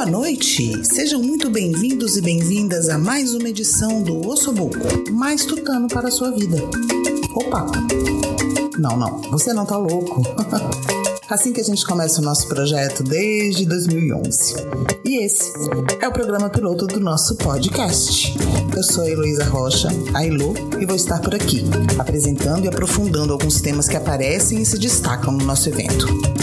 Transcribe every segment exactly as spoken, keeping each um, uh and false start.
noite! Sejam muito bem-vindos e bem-vindas a mais uma edição do Ossobuco, mais tutano para a sua vida. Opa! Não, não, você não tá louco. Assim que a gente começa o nosso projeto desde dois mil e onze. E esse é o programa piloto do nosso podcast. Eu sou a Heloísa Rocha, a Elo, e vou estar por aqui, apresentando e aprofundando alguns temas que aparecem e se destacam no nosso evento.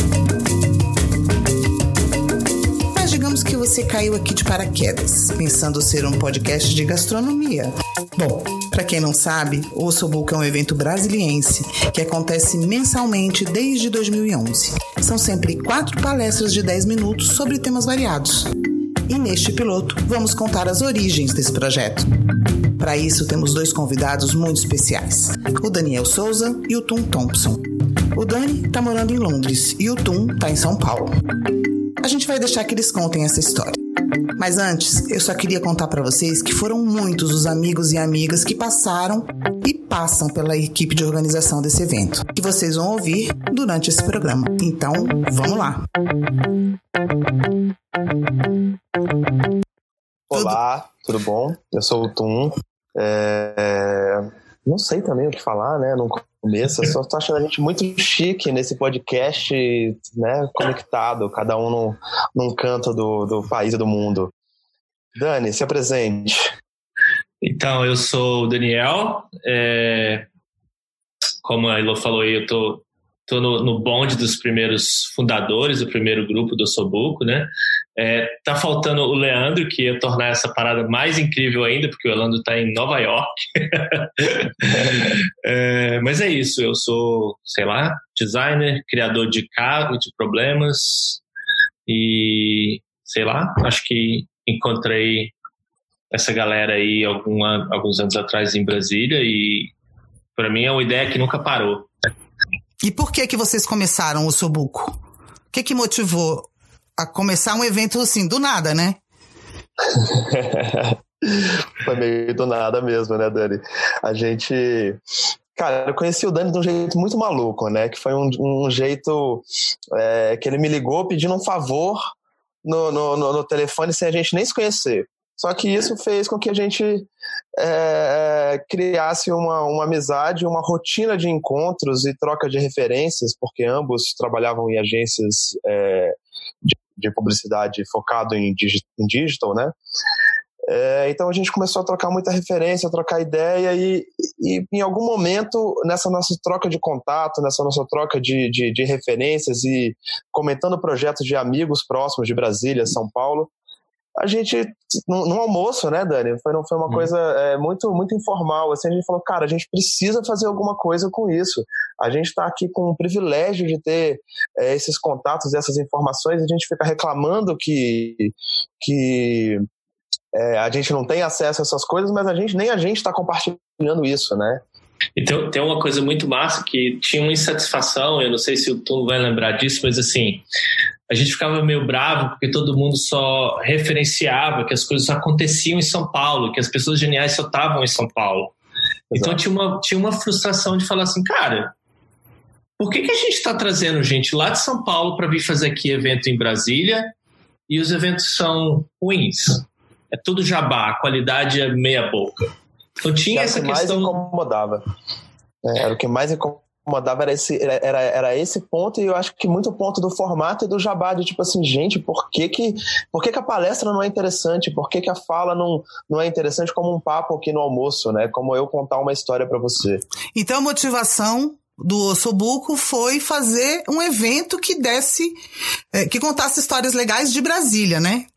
Mas digamos que você caiu aqui de paraquedas, pensando ser um podcast de gastronomia. Bom, para quem não sabe, o Ossobuco é um evento brasiliense que acontece mensalmente desde dois mil e onze. São sempre quatro palestras de dez minutos sobre temas variados. E neste piloto, vamos contar as origens desse projeto. Para isso, temos dois convidados muito especiais, o Daniel Souza e o Tum Thompson. O Dani está morando em Londres e o Tum está em São Paulo. A gente vai deixar que eles contem essa história. Mas antes, eu só queria contar para vocês que foram muitos os amigos e amigas que passaram e passam pela equipe de organização desse evento, que vocês vão ouvir durante esse programa. Então, vamos lá! Olá, tudo, tudo bom? Eu sou o Tum. É... Não sei também o que falar, né? No começo, eu só tô achando a gente muito chique nesse podcast, né? Conectado, cada um num, num canto do, do país e do mundo. Dani, se apresente. Então, eu sou o Daniel. É... Como a Elo falou aí, eu tô, tô no, no bonde dos primeiros fundadores, do primeiro grupo do Ossobuco, né? É, tá faltando o Leandro, que ia tornar essa parada mais incrível ainda, porque o Leandro tá em Nova York. é, mas é isso, eu sou, sei lá, designer, criador de carro, de problemas e, sei lá, acho que encontrei essa galera aí alguma, alguns anos atrás em Brasília e para mim é uma ideia que nunca parou. E por que que vocês começaram o Ossobuco? O que que motivou a começar um evento assim, do nada, né? Foi meio do nada mesmo, né, Dani? A gente... Cara, eu conheci o Dani de um jeito muito maluco, né? Que foi um, um jeito é, que ele me ligou pedindo um favor no, no, no, no telefone sem a gente nem se conhecer. Só que isso fez com que a gente é, criasse uma, uma amizade, uma rotina de encontros e troca de referências, porque ambos trabalhavam em agências é, de, de publicidade focado em, digi, em digital, né? É, então a gente começou a trocar muita referência, a trocar ideia e, e em algum momento, nessa nossa troca de contato, nessa nossa troca de, de, de referências e comentando projetos de amigos próximos de Brasília, São Paulo, a gente, num almoço, né, Dani? Foi, foi uma hum. coisa é, muito, muito informal. Assim, a gente falou, cara, a gente precisa fazer alguma coisa com isso. A gente está aqui com o privilégio de ter é, esses contatos, essas informações, e a gente fica reclamando que, que é, a gente não tem acesso a essas coisas, mas a gente, nem a gente está compartilhando isso, né? E tem, tem uma coisa muito massa que tinha uma insatisfação, eu não sei se o Tum vai lembrar disso, mas assim, a gente ficava meio bravo porque todo mundo só referenciava que as coisas só aconteciam em São Paulo, que as pessoas geniais só estavam em São Paulo. Exato. Então tinha uma, tinha uma frustração de falar assim, cara, por que, que a gente está trazendo gente lá de São Paulo para vir fazer aqui evento em Brasília e os eventos são ruins? É tudo jabá, a qualidade é meia boca. Então tinha essa questão... Era o que mais incomodava. É, era o que mais incomodava, era esse, era, era esse ponto, e eu acho que muito ponto do formato e do jabá, de tipo assim, gente, por que que, por que que a palestra não é interessante? Por que que a fala não, não é interessante como um papo aqui no almoço, né? Como eu contar uma história para você. Então a motivação do Ossobuco foi fazer um evento que desse, que contasse histórias legais de Brasília, né?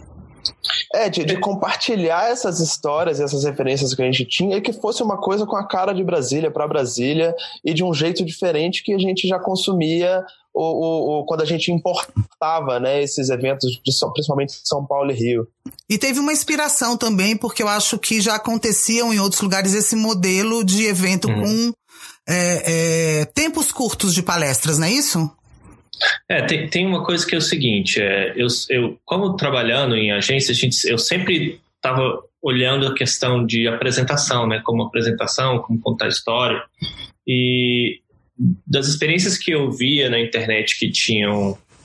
É, de, de compartilhar essas histórias, essas referências que a gente tinha, e que fosse uma coisa com a cara de Brasília, para Brasília, e de um jeito diferente que a gente já consumia o, o, o, quando a gente importava, né, esses eventos, de, principalmente de São Paulo e Rio. E teve uma inspiração também, porque eu acho que já aconteciam em outros lugares esse modelo de evento uhum. com é, é, tempos curtos de palestras, não é isso? É, tem, tem uma coisa que é o seguinte, é, eu, eu, como trabalhando em agência, a gente, eu sempre estava olhando a questão de apresentação, né, como apresentação, como contar história, e das experiências que eu via na internet que tinham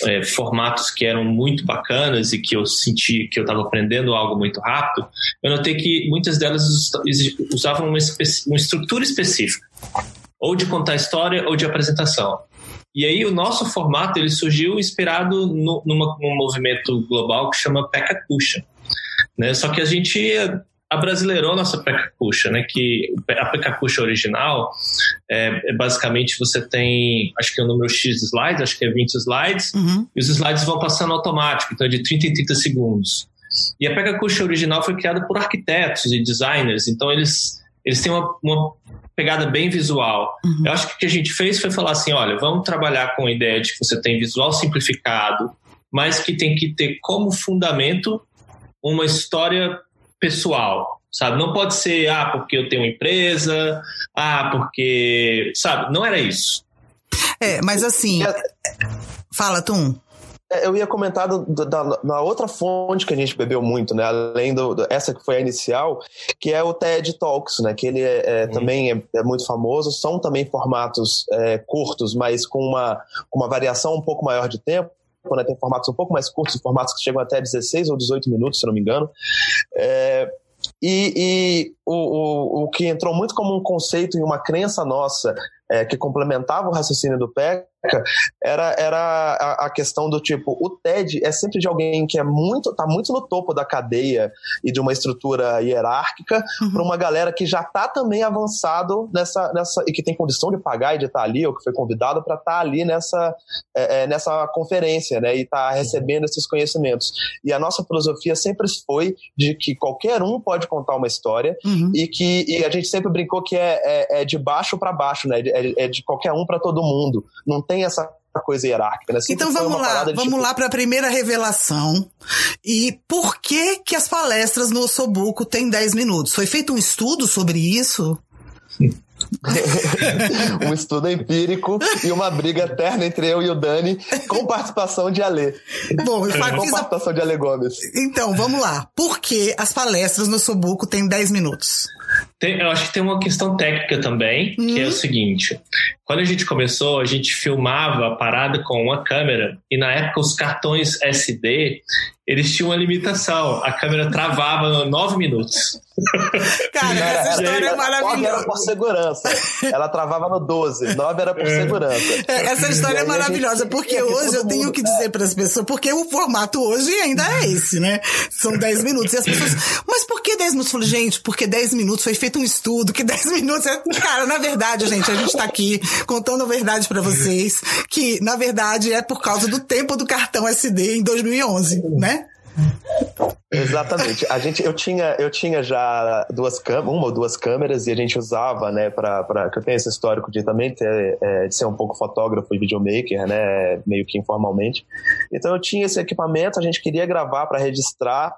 é, formatos que eram muito bacanas e que eu senti que eu estava aprendendo algo muito rápido, eu notei que muitas delas usavam uma, uma estrutura específica, ou de contar história ou de apresentação. E aí o nosso formato ele surgiu inspirado no, numa, num movimento global que chama Pekakusha, né? Só que a gente abrasileirou a nossa Pekakusha, né? Que a Pekakusha original é, é basicamente você tem, acho que é o número X de slides, acho que é vinte slides, uhum. E os slides vão passando automático, então é de trinta em trinta segundos. E a Pekakusha original foi criada por arquitetos e designers, então eles, eles têm uma, uma pegada bem visual. Uhum. Eu acho que o que a gente fez foi falar assim, olha, vamos trabalhar com a ideia de que você tem visual simplificado, mas que tem que ter como fundamento uma história pessoal, sabe? Não pode ser, ah, porque eu tenho uma empresa, ah, porque... Sabe? Não era isso. É, mas assim... Fala, Tum. Eu ia comentar do, do, da, na outra fonte que a gente bebeu muito, né? Além do, do essa que foi a inicial, que é o TED Talks, né? Que ele é, é, hum. também é, é muito famoso. São também formatos é, curtos, mas com uma, com uma variação um pouco maior de tempo. Né? Tem formatos um pouco mais curtos, formatos que chegam até dezesseis ou dezoito minutos, se não me engano. É, e e o, o, o que entrou muito como um conceito e uma crença nossa, é, que complementava o raciocínio do Peca, era, era a, a questão do tipo, o TED é sempre de alguém que é muito, tá muito no topo da cadeia e de uma estrutura hierárquica, uhum. para uma galera que já tá também avançado nessa, nessa, e que tem condição de pagar e de estar ali, ou que foi convidado para estar ali nessa, é, é, nessa conferência, né, e tá recebendo esses conhecimentos. E a nossa filosofia sempre foi de que qualquer um pode contar uma história, uhum. e que e a gente sempre brincou que é, é, é de baixo para baixo, né, é, é de qualquer um para todo mundo. Não tem essa coisa hierárquica, né? Então vamos lá, vamos tipo... lá para a primeira revelação. E por que que as palestras no Ossobuco têm dez minutos? Foi feito um estudo sobre isso? Um estudo empírico e uma briga eterna entre eu e o Dani, com participação de Ale. Bom, eu com participação a... de Ale Gomes. Então, vamos lá. Por que as palestras no Ossobuco têm dez minutos? Tem, eu acho que tem uma questão técnica também, hum. que é o seguinte. Quando a gente começou, a gente filmava a parada com uma câmera e na época os cartões S D, eles tinham uma limitação. A câmera travava nove minutos. Cara, essa história é maravilhosa. nove era por segurança. Ela travava no doze. nove era por segurança. É, essa história é maravilhosa, gente, porque hoje eu tenho que dizer para as pessoas, porque o formato hoje ainda é esse, né? São dez minutos. E as pessoas, mas por que dez minutos? Eu falei, gente, porque dez minutos foi feito um estudo, que dez minutos é... Cara, na verdade, gente, a gente tá aqui contando a verdade para vocês, que, na verdade, é por causa do tempo do cartão S D em dois mil e onze, né? Exatamente. A gente, eu, tinha, eu tinha já duas câmeras, uma ou duas câmeras, e a gente usava, né, pra, pra, que eu tenho esse histórico de também ter, é, de ser um pouco fotógrafo e videomaker, né, meio que informalmente. Então eu tinha esse equipamento, a gente queria gravar para registrar.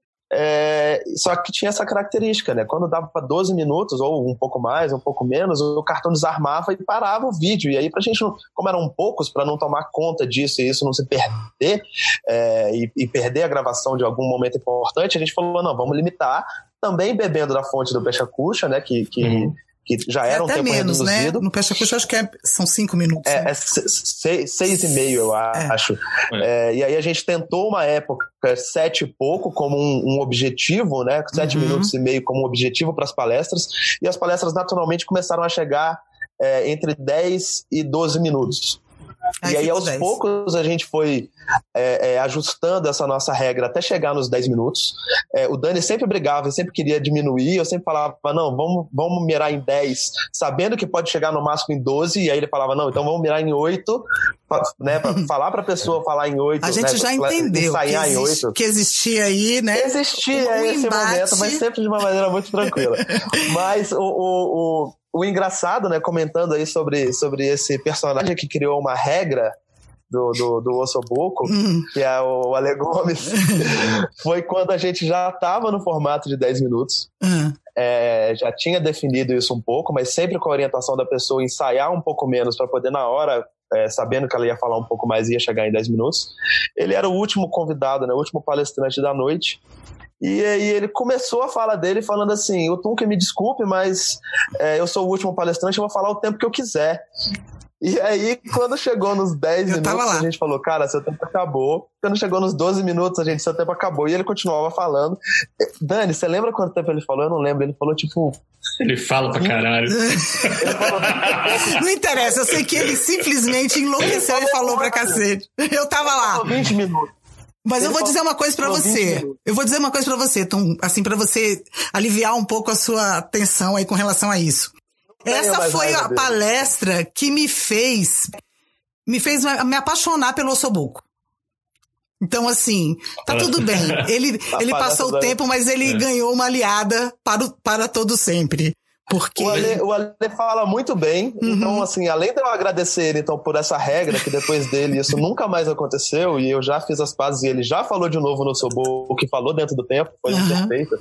É, só que tinha essa característica, né? Quando dava para doze minutos, ou um pouco mais, um pouco menos, o cartão desarmava e parava o vídeo. E aí, pra gente, não, como eram poucos, para não tomar conta disso e isso não se perder, é, e, e perder a gravação de algum momento importante, a gente falou, não, vamos limitar, também bebendo da fonte do Pekakusha, né? Que, que, uhum. que já era é um tempo menos, reduzido. Né? No Pekakusha acho que é, são cinco minutos. É, né? é seis, seis e meio, eu acho. É. É, e aí a gente tentou uma época sete e pouco como um, um objetivo, né? Sete uhum. minutos e meio como um objetivo para as palestras. E as palestras naturalmente começaram a chegar é, entre dez e doze minutos. Ai, e aí, aos dez. poucos, a gente foi é, é, ajustando essa nossa regra até chegar nos dez minutos. É, o Dani sempre brigava, ele sempre queria diminuir. Eu sempre falava, não, vamos, vamos mirar em dez, sabendo que pode chegar no máximo em doze. E aí ele falava, não, então vamos mirar em oito, pra, né, pra falar pra pessoa falar em oito. A gente né, já entendeu que, existe, em oito. que existia aí, né? Existia um esse embate. momento, mas sempre de uma maneira muito tranquila. Mas o... o, o O engraçado, né, comentando aí sobre, sobre esse personagem que criou uma regra do, do, do Ossobuco, hum. que é o Ale Gomes, foi quando a gente já estava no formato de dez minutos. Hum. É, já tinha definido isso um pouco, mas sempre com a orientação da pessoa ensaiar um pouco menos para poder na hora, é, sabendo que ela ia falar um pouco mais e ia chegar em dez minutos. Ele era o último convidado, né, o último palestrante da noite. E aí ele começou a fala dele falando assim, o Tum que me desculpe, mas é, eu sou o último palestrante, eu vou falar o tempo que eu quiser. E aí, quando chegou nos dez Eu minutos, a gente falou, cara, seu tempo acabou. Quando chegou nos doze minutos, a gente, seu tempo acabou. E ele continuava falando. Dani, você lembra quanto tempo ele falou? Eu não lembro. Ele falou, tipo... Ele fala pra caralho. falou, não interessa, eu sei que ele simplesmente enlouqueceu e falou pra cacete. Eu tava lá. vinte minutos. Mas ele eu vou falou, dizer uma coisa pra você. Eu vou dizer uma coisa pra você, Tom, assim, pra você aliviar um pouco a sua tensão aí com relação a isso. Essa foi a palestra que me fez, me fez me apaixonar pelo Ossobuco. Então, assim, tá tudo bem. Ele, ele passou o tempo, mas ele é. ganhou uma aliada para, o, para todo sempre. Porque... O Ale, o Ale fala muito bem, uhum. Então, assim, além de eu agradecer ele então, por essa regra, que depois dele isso nunca mais aconteceu, e eu já fiz as pazes e ele já falou de novo no Ossobuco, que falou dentro do tempo, foi uhum. perfeito.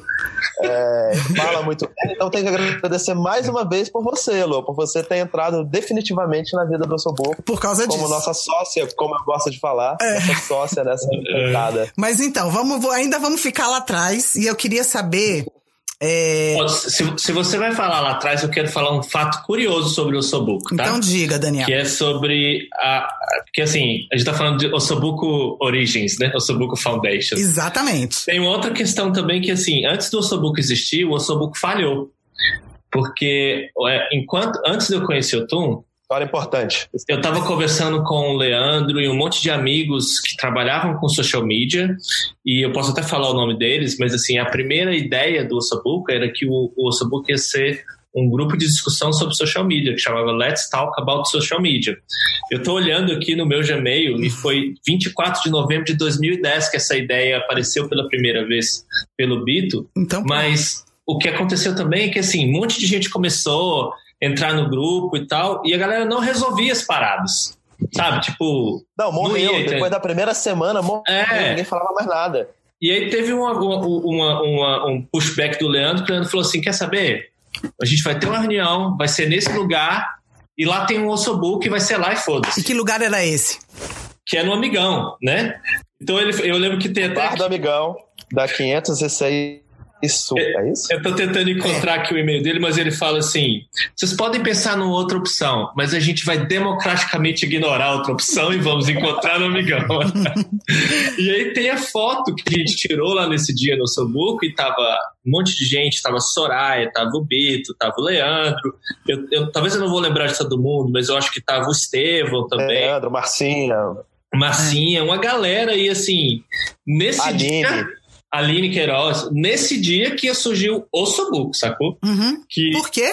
É, fala muito bem, então tenho que agradecer mais uma vez por você, Lô, por você ter entrado definitivamente na vida do Ossobuco. Por causa como disso. Como nossa sócia, como eu gosto de falar, é. nossa sócia nessa empreitada. Mas então, vamos, ainda vamos ficar lá atrás, e eu queria saber... É... Se, se você vai falar lá atrás, eu quero falar um fato curioso sobre o Ossobuco, tá? Então diga, Daniel. Que é sobre a... Porque assim, a gente tá falando de Ossobuco Origins, né? Ossobuco Foundation. Exatamente. Tem outra questão também que assim, antes do Ossobuco existir, o Ossobuco falhou. Porque enquanto, antes de eu conhecer o Tum, história importante. Eu estava conversando com o Leandro e um monte de amigos que trabalhavam com social media, e eu posso até falar o nome deles, mas assim, a primeira ideia do Ossobuco era que o, o Ossobuco ia ser um grupo de discussão sobre social media, que chamava Let's Talk About Social Media. Eu estou olhando aqui no meu Gmail e foi vinte e quatro de novembro de dois mil e dez que essa ideia apareceu pela primeira vez pelo Bito, então, mas o que aconteceu também é que assim, um monte de gente começou... entrar no grupo e tal, e a galera não resolvia as paradas, sabe? Tipo... Não, morreu. Não ia, depois da primeira semana, morreu. É. Ninguém falava mais nada. E aí teve uma, uma, uma, um pushback do Leandro, que o Leandro falou assim, quer saber? A gente vai ter uma reunião, vai ser nesse lugar, e lá tem um Ossobuco, e vai ser lá e foda-se. E que lugar era esse? Que é no Amigão, né? Então ele, eu lembro que tem até... Bar do Amigão, da quinhentos e seis... Isso, é isso? Eu tô tentando encontrar aqui o e-mail dele, mas ele fala assim, vocês podem pensar numa outra opção, mas a gente vai democraticamente ignorar a outra opção e vamos encontrar no Amigão. E aí tem a foto que a gente tirou lá nesse dia no Ossobuco e tava um monte de gente, tava Soraya, tava o Bito, tava o Leandro, eu, eu, talvez eu não vou lembrar de todo mundo, mas eu acho que tava o Estevão também. Leandro, Marcinha. Marcinha, uma galera aí assim, nesse Aline. dia... Aline Queiroz, nesse dia que surgiu o Ossobuco, sacou? Uhum. Que... Por quê?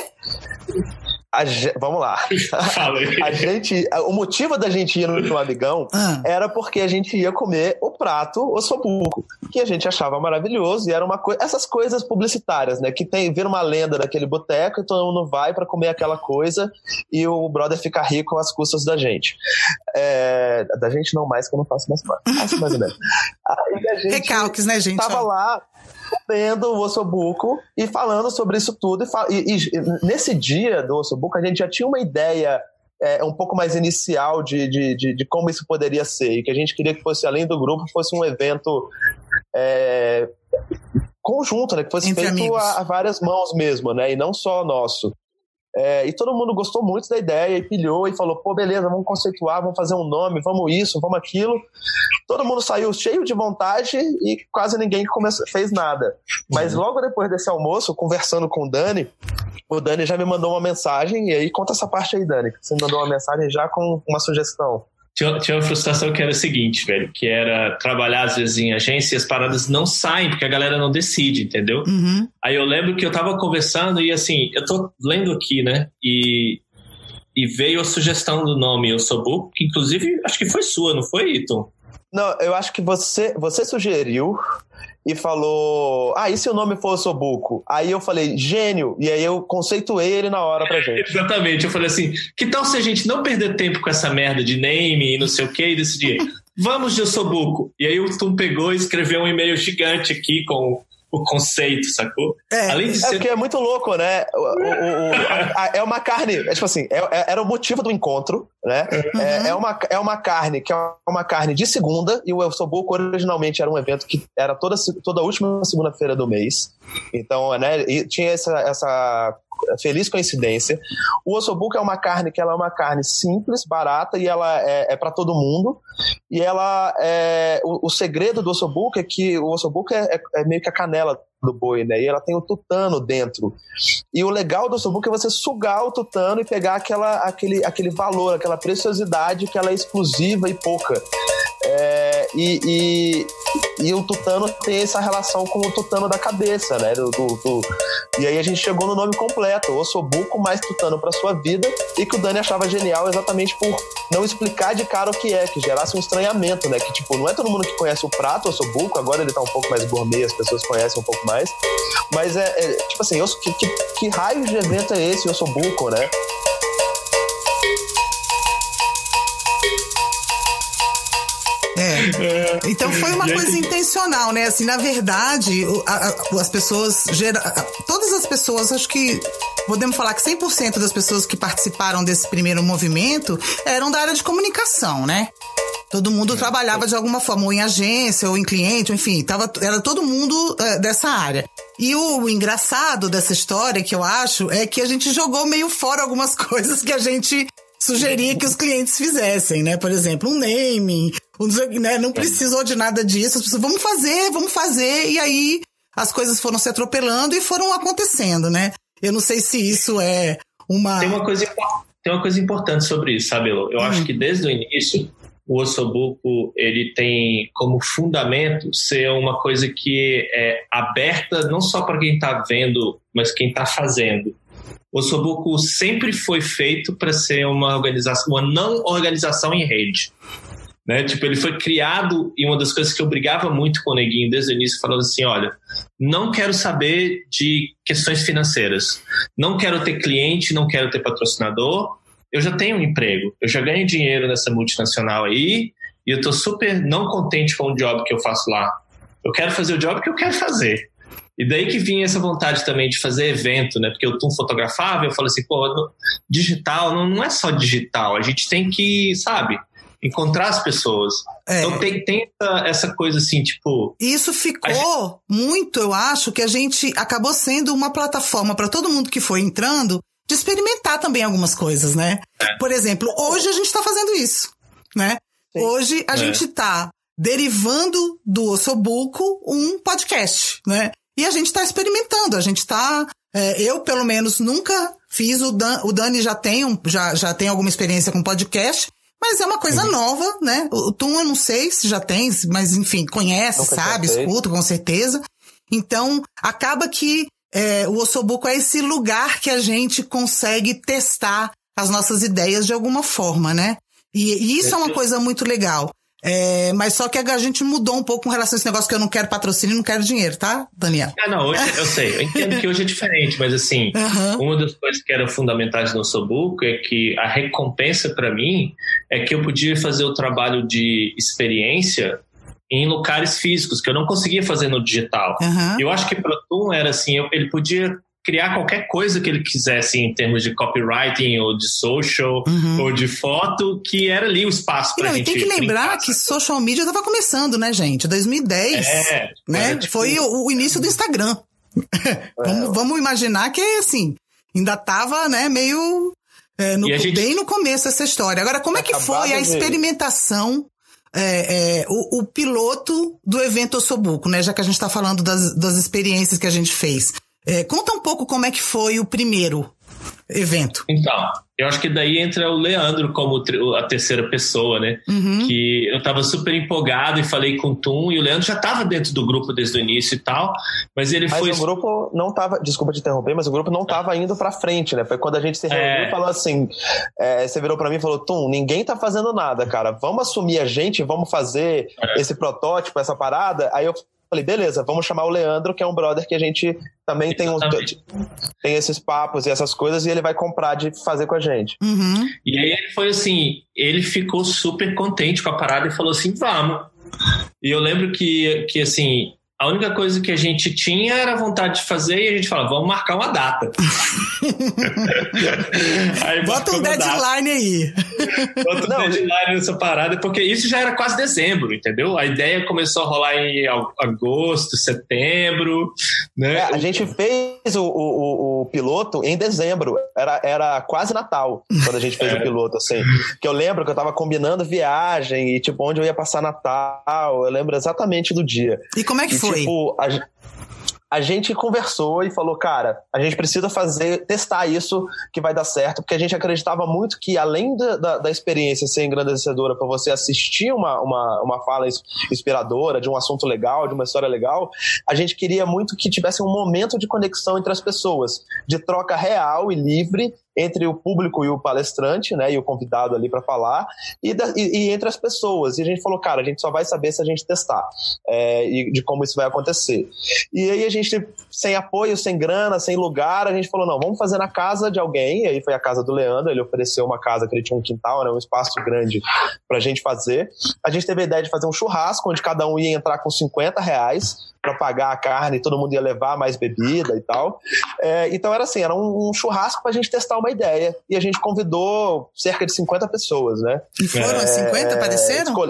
A ge... Vamos lá. A gente, o motivo da gente ir no Amigão ah. era porque a gente ia comer o prato Ossobuco, que a gente achava maravilhoso, e era uma coisa, essas coisas publicitárias, né? Que tem, vira uma lenda daquele boteco e todo mundo vai pra comer aquela coisa e o brother fica rico às custas da gente. É, da gente não mais, que eu não faço mais parte. Faço mais ou menos. Aí a gente recalques, né, gente? Tava lá vendo o Ossobuco e falando sobre isso tudo. E, e, e nesse dia do Ossobuco, a gente já tinha uma ideia é, um pouco mais inicial de, de, de, de como isso poderia ser. E que a gente queria que fosse, além do grupo, fosse um evento é, conjunto, né? Que fosse Entre feito a, a várias mãos mesmo, né? E não só nosso. É, e todo mundo gostou muito da ideia e pilhou e falou, pô, beleza, vamos conceituar, vamos fazer um nome, vamos isso, vamos aquilo. Todo mundo saiu cheio de vontade e quase ninguém começou, fez nada. Mas logo depois desse almoço, conversando com o Dani, o Dani já me mandou uma mensagem, e aí conta essa parte aí, Dani, que você me mandou uma mensagem já com uma sugestão. Tinha, tinha uma frustração que era o seguinte, velho, que era trabalhar às vezes em agência e as paradas não saem porque a galera não decide, entendeu? Uhum. Aí eu lembro que eu tava conversando e assim, eu tô lendo aqui, né, e, e veio a sugestão do nome Ossobuco, que inclusive acho que foi sua, não foi, Ito? Não, eu acho que você, você sugeriu e falou, ah, e se o nome for Ossobuco? Aí eu falei, gênio, e aí eu conceituei ele na hora pra gente. Exatamente, eu falei assim, que tal se a gente não perder tempo com essa merda de name e não sei o que, e decidir, vamos de Ossobuco. E aí o Tum pegou e escreveu um e-mail gigante aqui com o conceito, sacou? É, Além de é ser... porque é muito louco, né? O, o, o, a, a, é uma carne, é tipo assim, é, é, era o motivo do encontro, né? Uhum. É, é, uma, é uma carne que é uma carne de segunda, e o Ossobuco originalmente era um evento que era toda, toda a última segunda-feira do mês. Então, né, e tinha essa, essa feliz coincidência. O ossobuco é uma carne que ela é uma carne simples, barata, e ela é, é para todo mundo. E ela é, o, o segredo do ossobuco é que o ossobuco é, é, é meio que a canela do boi, né? E ela tem o tutano dentro. E o legal do ossobuco é você sugar o tutano e pegar aquela, aquele, aquele valor, aquela preciosidade que ela é exclusiva e pouca. É, e, e, e o tutano tem essa relação com o tutano da cabeça, né? Do, do, do... E aí a gente chegou no nome completo, ossobuco mais tutano para sua vida, e que o Dani achava genial exatamente por não explicar de cara o que é, que gerasse um estranhamento, né? Que tipo, não é todo mundo que conhece o prato ossobuco, agora ele tá um pouco mais gourmet, as pessoas conhecem um pouco mais, mas é, é tipo assim, osso, que, que, que raio de evento é esse ossobuco, né? É. Então foi uma coisa intencional, né? Assim, na verdade, a, a, as pessoas, gera, todas as pessoas, acho que podemos falar que cem por cento das pessoas que participaram desse primeiro movimento eram da área de comunicação, né? Todo mundo é. trabalhava de alguma forma, ou em agência, ou em cliente, enfim, tava, era todo mundo é, dessa área. E o, o engraçado dessa história, que eu acho, é que a gente jogou meio fora algumas coisas que a gente sugeria que os clientes fizessem, né? Por exemplo, um naming, um, né? Não precisou de nada disso. As pessoas, vamos fazer, vamos fazer. E aí as coisas foram se atropelando e foram acontecendo, né? Eu não sei se isso é uma... Tem uma coisa, tem uma coisa importante sobre isso, sabe, Elô? Eu hum. acho que desde o início o ossobuco, ele tem como fundamento ser uma coisa que é aberta não só para quem está vendo, mas quem está fazendo. O ossobuco sempre foi feito para ser uma organização, uma não organização em rede, né? Tipo, ele foi criado, e uma das coisas que eu brigava muito com o Neguinho desde o início, falando assim, olha, não quero saber de questões financeiras, não quero ter cliente, não quero ter patrocinador, eu já tenho um emprego, eu já ganho dinheiro nessa multinacional aí, e eu tô super não contente com o job que eu faço lá. Eu quero fazer o job que eu quero fazer. E daí que vinha essa vontade também de fazer evento, né? Porque o Tum fotografava, eu falei assim, pô, digital não, não é só digital, a gente tem que, sabe, encontrar as pessoas. É. Então tem, tem essa, essa coisa assim, tipo... Isso ficou gente... muito, eu acho, que a gente acabou sendo uma plataforma para todo mundo que foi entrando de experimentar também algumas coisas, né? É. Por exemplo, hoje a gente tá fazendo isso, né? Sim. Hoje a é. gente tá derivando do ossobuco um podcast, né? E a gente tá experimentando, a gente tá... É, eu, pelo menos, nunca fiz, o, Dan, o Dani já tem, um, já, já tem alguma experiência com podcast, mas é uma coisa uhum. nova, né? O, o Tum eu não sei se já tem, mas enfim, conhece, nunca sabe, escuta com certeza. Então, acaba que é, o ossobuco é esse lugar que a gente consegue testar as nossas ideias de alguma forma, né? E, e isso é uma coisa muito legal. É, mas só que a gente mudou um pouco com relação a esse negócio que eu não quero patrocínio e não quero dinheiro, tá, Daniel? Ah, não, hoje eu sei, eu entendo que hoje é diferente, mas assim, uhum. uma das coisas que eram fundamentais no ossobuco é que a recompensa para mim é que eu podia fazer o trabalho de experiência em locais físicos, que eu não conseguia fazer no digital. Uhum. Eu acho que para o Tum era assim, eu, ele podia criar qualquer coisa que ele quisesse em termos de copywriting ou de social uhum. ou de foto, que era ali o espaço pra não, gente. E tem que lembrar brincar, que social media tava começando, né, gente? dois mil e dez, é, né? Tipo... Foi o, o início do Instagram. É. vamos, vamos imaginar que, assim, ainda tava, né, meio é, no, gente... bem no começo essa história. Agora, como é que foi a experimentação, é, é, o, o piloto do evento Ossobuco, né? Já que a gente tá falando das, das experiências que a gente fez. É, conta um pouco como é que foi o primeiro evento. Então, eu acho que daí entra o Leandro como a terceira pessoa, né? Uhum. Que eu tava super empolgado e falei com o Tum, e o Leandro já tava dentro do grupo desde o início e tal, mas ele mas foi... Mas o grupo não tava, desculpa te interromper, mas o grupo não tava indo pra frente, né? Foi quando a gente se reuniu é... e falou assim, é, você virou pra mim e falou, Tum, ninguém tá fazendo nada, cara, vamos assumir a gente, vamos fazer é. esse protótipo, essa parada, aí eu... Falei, beleza, vamos chamar o Leandro, que é um brother que a gente também tem, uns, tem esses papos e essas coisas, e ele vai comprar de fazer com a gente. Uhum. E aí ele foi assim, ele ficou super contente com a parada e falou assim, vamos. E eu lembro que, que assim, a única coisa que a gente tinha era vontade de fazer, e a gente falava, vamos marcar uma data. Aí bota um deadline aí. outro não, deadline nessa parada, porque isso já era quase dezembro, entendeu? A ideia começou a rolar em agosto, setembro, né? É, a gente fez o, o, o piloto em dezembro, era, era quase Natal, quando a gente fez é. o piloto, assim, que eu lembro que eu tava combinando viagem e, tipo, onde eu ia passar Natal, eu lembro exatamente do dia. E como é que e, foi? Tipo, a, a gente conversou e falou, cara, a gente precisa fazer, testar isso que vai dar certo, porque a gente acreditava muito que além da, da, da experiência ser engrandecedora para você assistir uma, uma, uma fala inspiradora, de um assunto legal, de uma história legal, a gente queria muito que tivesse um momento de conexão entre as pessoas, de troca real e livre entre o público e o palestrante, né, e o convidado ali para falar, e, da, e, e entre as pessoas. E a gente falou, cara, a gente só vai saber se a gente testar, é, e de como isso vai acontecer. E aí a gente, sem apoio, sem grana, sem lugar, a gente falou, não, vamos fazer na casa de alguém. E aí foi a casa do Leandro, ele ofereceu uma casa que ele tinha um quintal, né, um espaço grande pra gente fazer. A gente teve a ideia de fazer um churrasco, onde cada um ia entrar com cinquenta reais para pagar a carne, todo mundo ia levar mais bebida e tal. É, então era assim, era um, um churrasco pra gente testar uma ideia. E a gente convidou cerca de cinquenta pessoas, né? E foram as cinquenta, é, apareceram? Escolhe...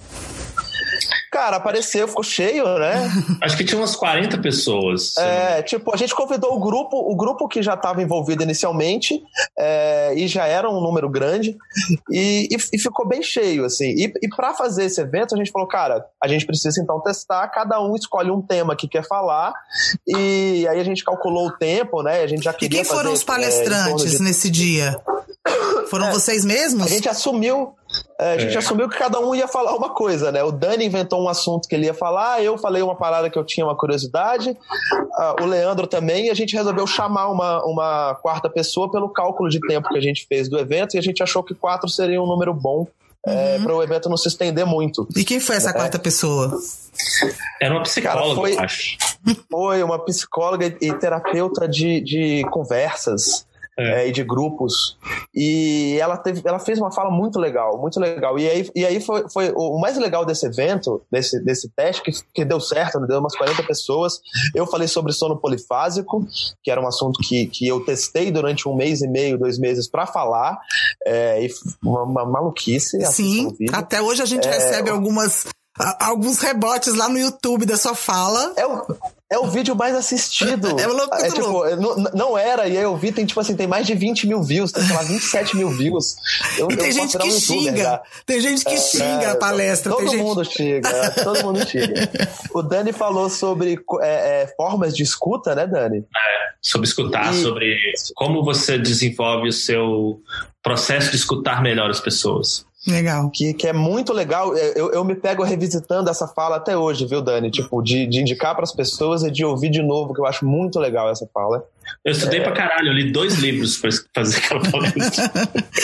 Cara, apareceu, ficou cheio, né? Acho que tinha umas quarenta pessoas. É, tipo, a gente convidou o grupo, o grupo que já estava envolvido inicialmente, é, e já era um número grande, e, e, e ficou bem cheio, assim. E, e para fazer esse evento, a gente falou, cara, a gente precisa então testar, cada um escolhe um tema que quer falar, e aí a gente calculou o tempo, né? A gente já queria fazer... E quem foram fazer, os palestrantes é, de... nesse dia? Foram é, vocês mesmos? A gente assumiu... É, a gente é. assumiu que cada um ia falar uma coisa, né? O Dani inventou um assunto que ele ia falar, eu falei uma parada que eu tinha uma curiosidade, uh, o Leandro também, e a gente resolveu chamar uma, uma quarta pessoa pelo cálculo de tempo que a gente fez do evento, e a gente achou que quatro seria um número bom, uhum. é, para o evento não se estender muito. E quem foi essa é. quarta pessoa? Era uma psicóloga, Cara, foi, eu acho. Foi uma psicóloga e terapeuta de, de conversas. É. É, e de grupos, e ela, teve, ela fez uma fala muito legal, muito legal, e aí, e aí foi, foi o mais legal desse evento, desse, desse teste, que, que deu certo, deu umas quarenta pessoas. Eu falei sobre sono polifásico, que era um assunto que, que eu testei durante um mês e meio, dois meses para falar, é, e uma, uma maluquice. Sim, até hoje a gente é, recebe algumas, alguns rebotes lá no YouTube da sua fala. É o... É o vídeo mais assistido. É louco, é, tipo, louco. Não, não era, e aí eu vi, tem tipo assim, tem mais de vinte mil views, tem sei lá, vinte e sete mil views. Eu, e tem eu gente que xinga, já. tem gente que é, xinga é, a palestra. Todo tem mundo gente... xinga, todo mundo xinga. O Dani falou sobre é, é, formas de escuta, né, Dani? É, sobre escutar, e... sobre como você desenvolve o seu processo de escutar melhor as pessoas. Legal. Que, que é muito legal. Eu, eu me pego revisitando essa fala até hoje, viu, Dani? Tipo, de, de indicar para as pessoas e de ouvir de novo, que eu acho muito legal essa fala. Eu estudei é... pra caralho, eu li dois livros para fazer aquela palestra.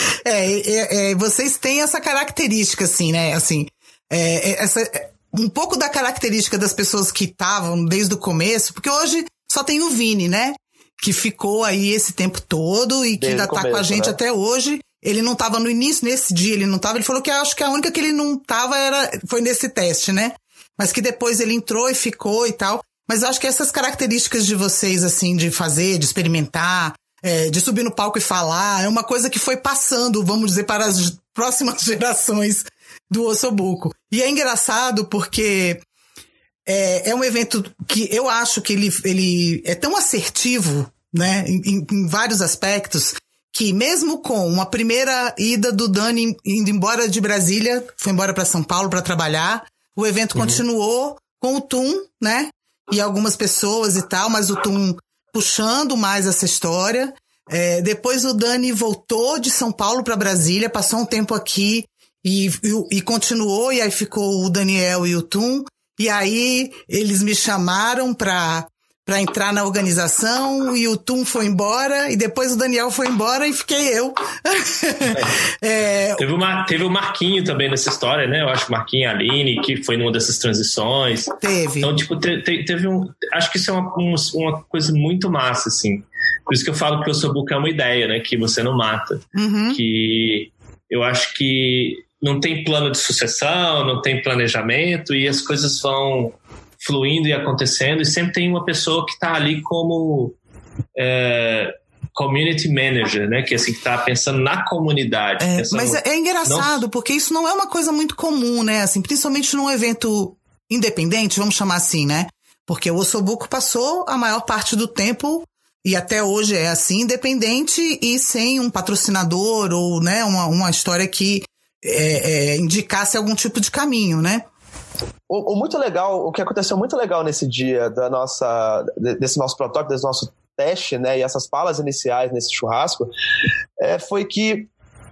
é, é, é, vocês têm essa característica, assim, né? Assim, é, é, essa, um pouco da característica das pessoas que estavam desde o começo, porque hoje só tem o Vini, né? Que ficou aí esse tempo todo e que desde ainda tá começo, com a gente, né? Até hoje. Ele não tava no início, nesse dia ele não tava, ele falou que acho que a única que ele não tava era, foi nesse teste, né? Mas que depois ele entrou e ficou e tal. Mas eu acho que essas características de vocês, assim, de fazer, de experimentar, é, de subir no palco e falar, é uma coisa que foi passando, vamos dizer, para as próximas gerações do Ossobuco. E é engraçado porque é, é um evento que eu acho que ele, ele é tão assertivo, né, em, em vários aspectos, que mesmo com uma primeira ida do Dani indo embora de Brasília, foi embora para São Paulo para trabalhar, o evento uhum. continuou com o Tum, né? E algumas pessoas e tal, mas o Tum puxando mais essa história. É, depois o Dani voltou de São Paulo para Brasília, passou um tempo aqui e, e, e continuou, e aí ficou o Daniel e o Tum. E aí eles me chamaram para... para entrar na organização, e o Tum foi embora, e depois o Daniel foi embora, e fiquei eu. é, teve, uma, teve o Marquinho também nessa história, né? Eu acho que o Marquinho e a Aline, que foi numa dessas transições. Teve. Então, tipo, te, te, teve um... Acho que isso é uma, uma coisa muito massa, assim. Por isso que eu falo que o Ossobuco é uma ideia, né? Que você não mata. Uhum. Que eu acho que não tem plano de sucessão, não tem planejamento, e as coisas vão... fluindo e acontecendo, e sempre tem uma pessoa que está ali como, é, community manager, né? Que assim, que tá pensando na comunidade. É, pensando, mas é, é engraçado, não... porque isso não é uma coisa muito comum, né? Assim, principalmente num evento independente, vamos chamar assim, né? Porque o Osobuco passou a maior parte do tempo, e até hoje é assim, independente e sem um patrocinador ou, né, uma, uma história que é, é, indicasse algum tipo de caminho, né? O, o muito legal, o que aconteceu muito legal nesse dia da nossa, desse nosso protótipo, desse nosso teste, né, e essas falas iniciais nesse churrasco, é, foi que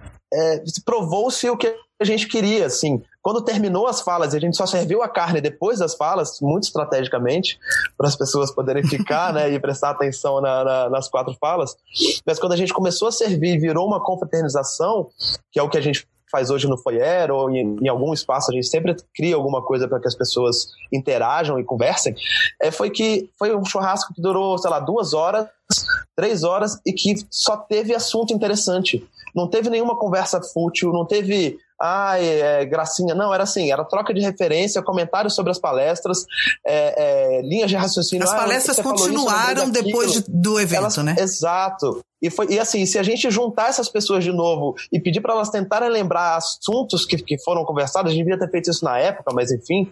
é, provou-se o que a gente queria, assim. Quando terminou as falas e a gente só serviu a carne depois das falas, muito estrategicamente, para as pessoas poderem ficar, né, e prestar atenção na, na, nas quatro falas, mas quando a gente começou a servir e virou uma confraternização, que é o que a gente faz hoje no foyer ou em, em algum espaço, a gente sempre cria alguma coisa para que as pessoas interajam e conversem, é, foi que foi um churrasco que durou, sei lá, duas horas, três horas e que só teve assunto interessante. Não teve nenhuma conversa fútil, não teve ai, é, gracinha, não, era assim, era troca de referência, comentários sobre as palestras, é, é, linhas de raciocínio. As palestras ah, continuaram depois de, do evento, elas, né? Exato. E, foi, e assim, se a gente juntar essas pessoas de novo e pedir para elas tentarem lembrar assuntos que, que foram conversados, a gente devia ter feito isso na época, mas enfim,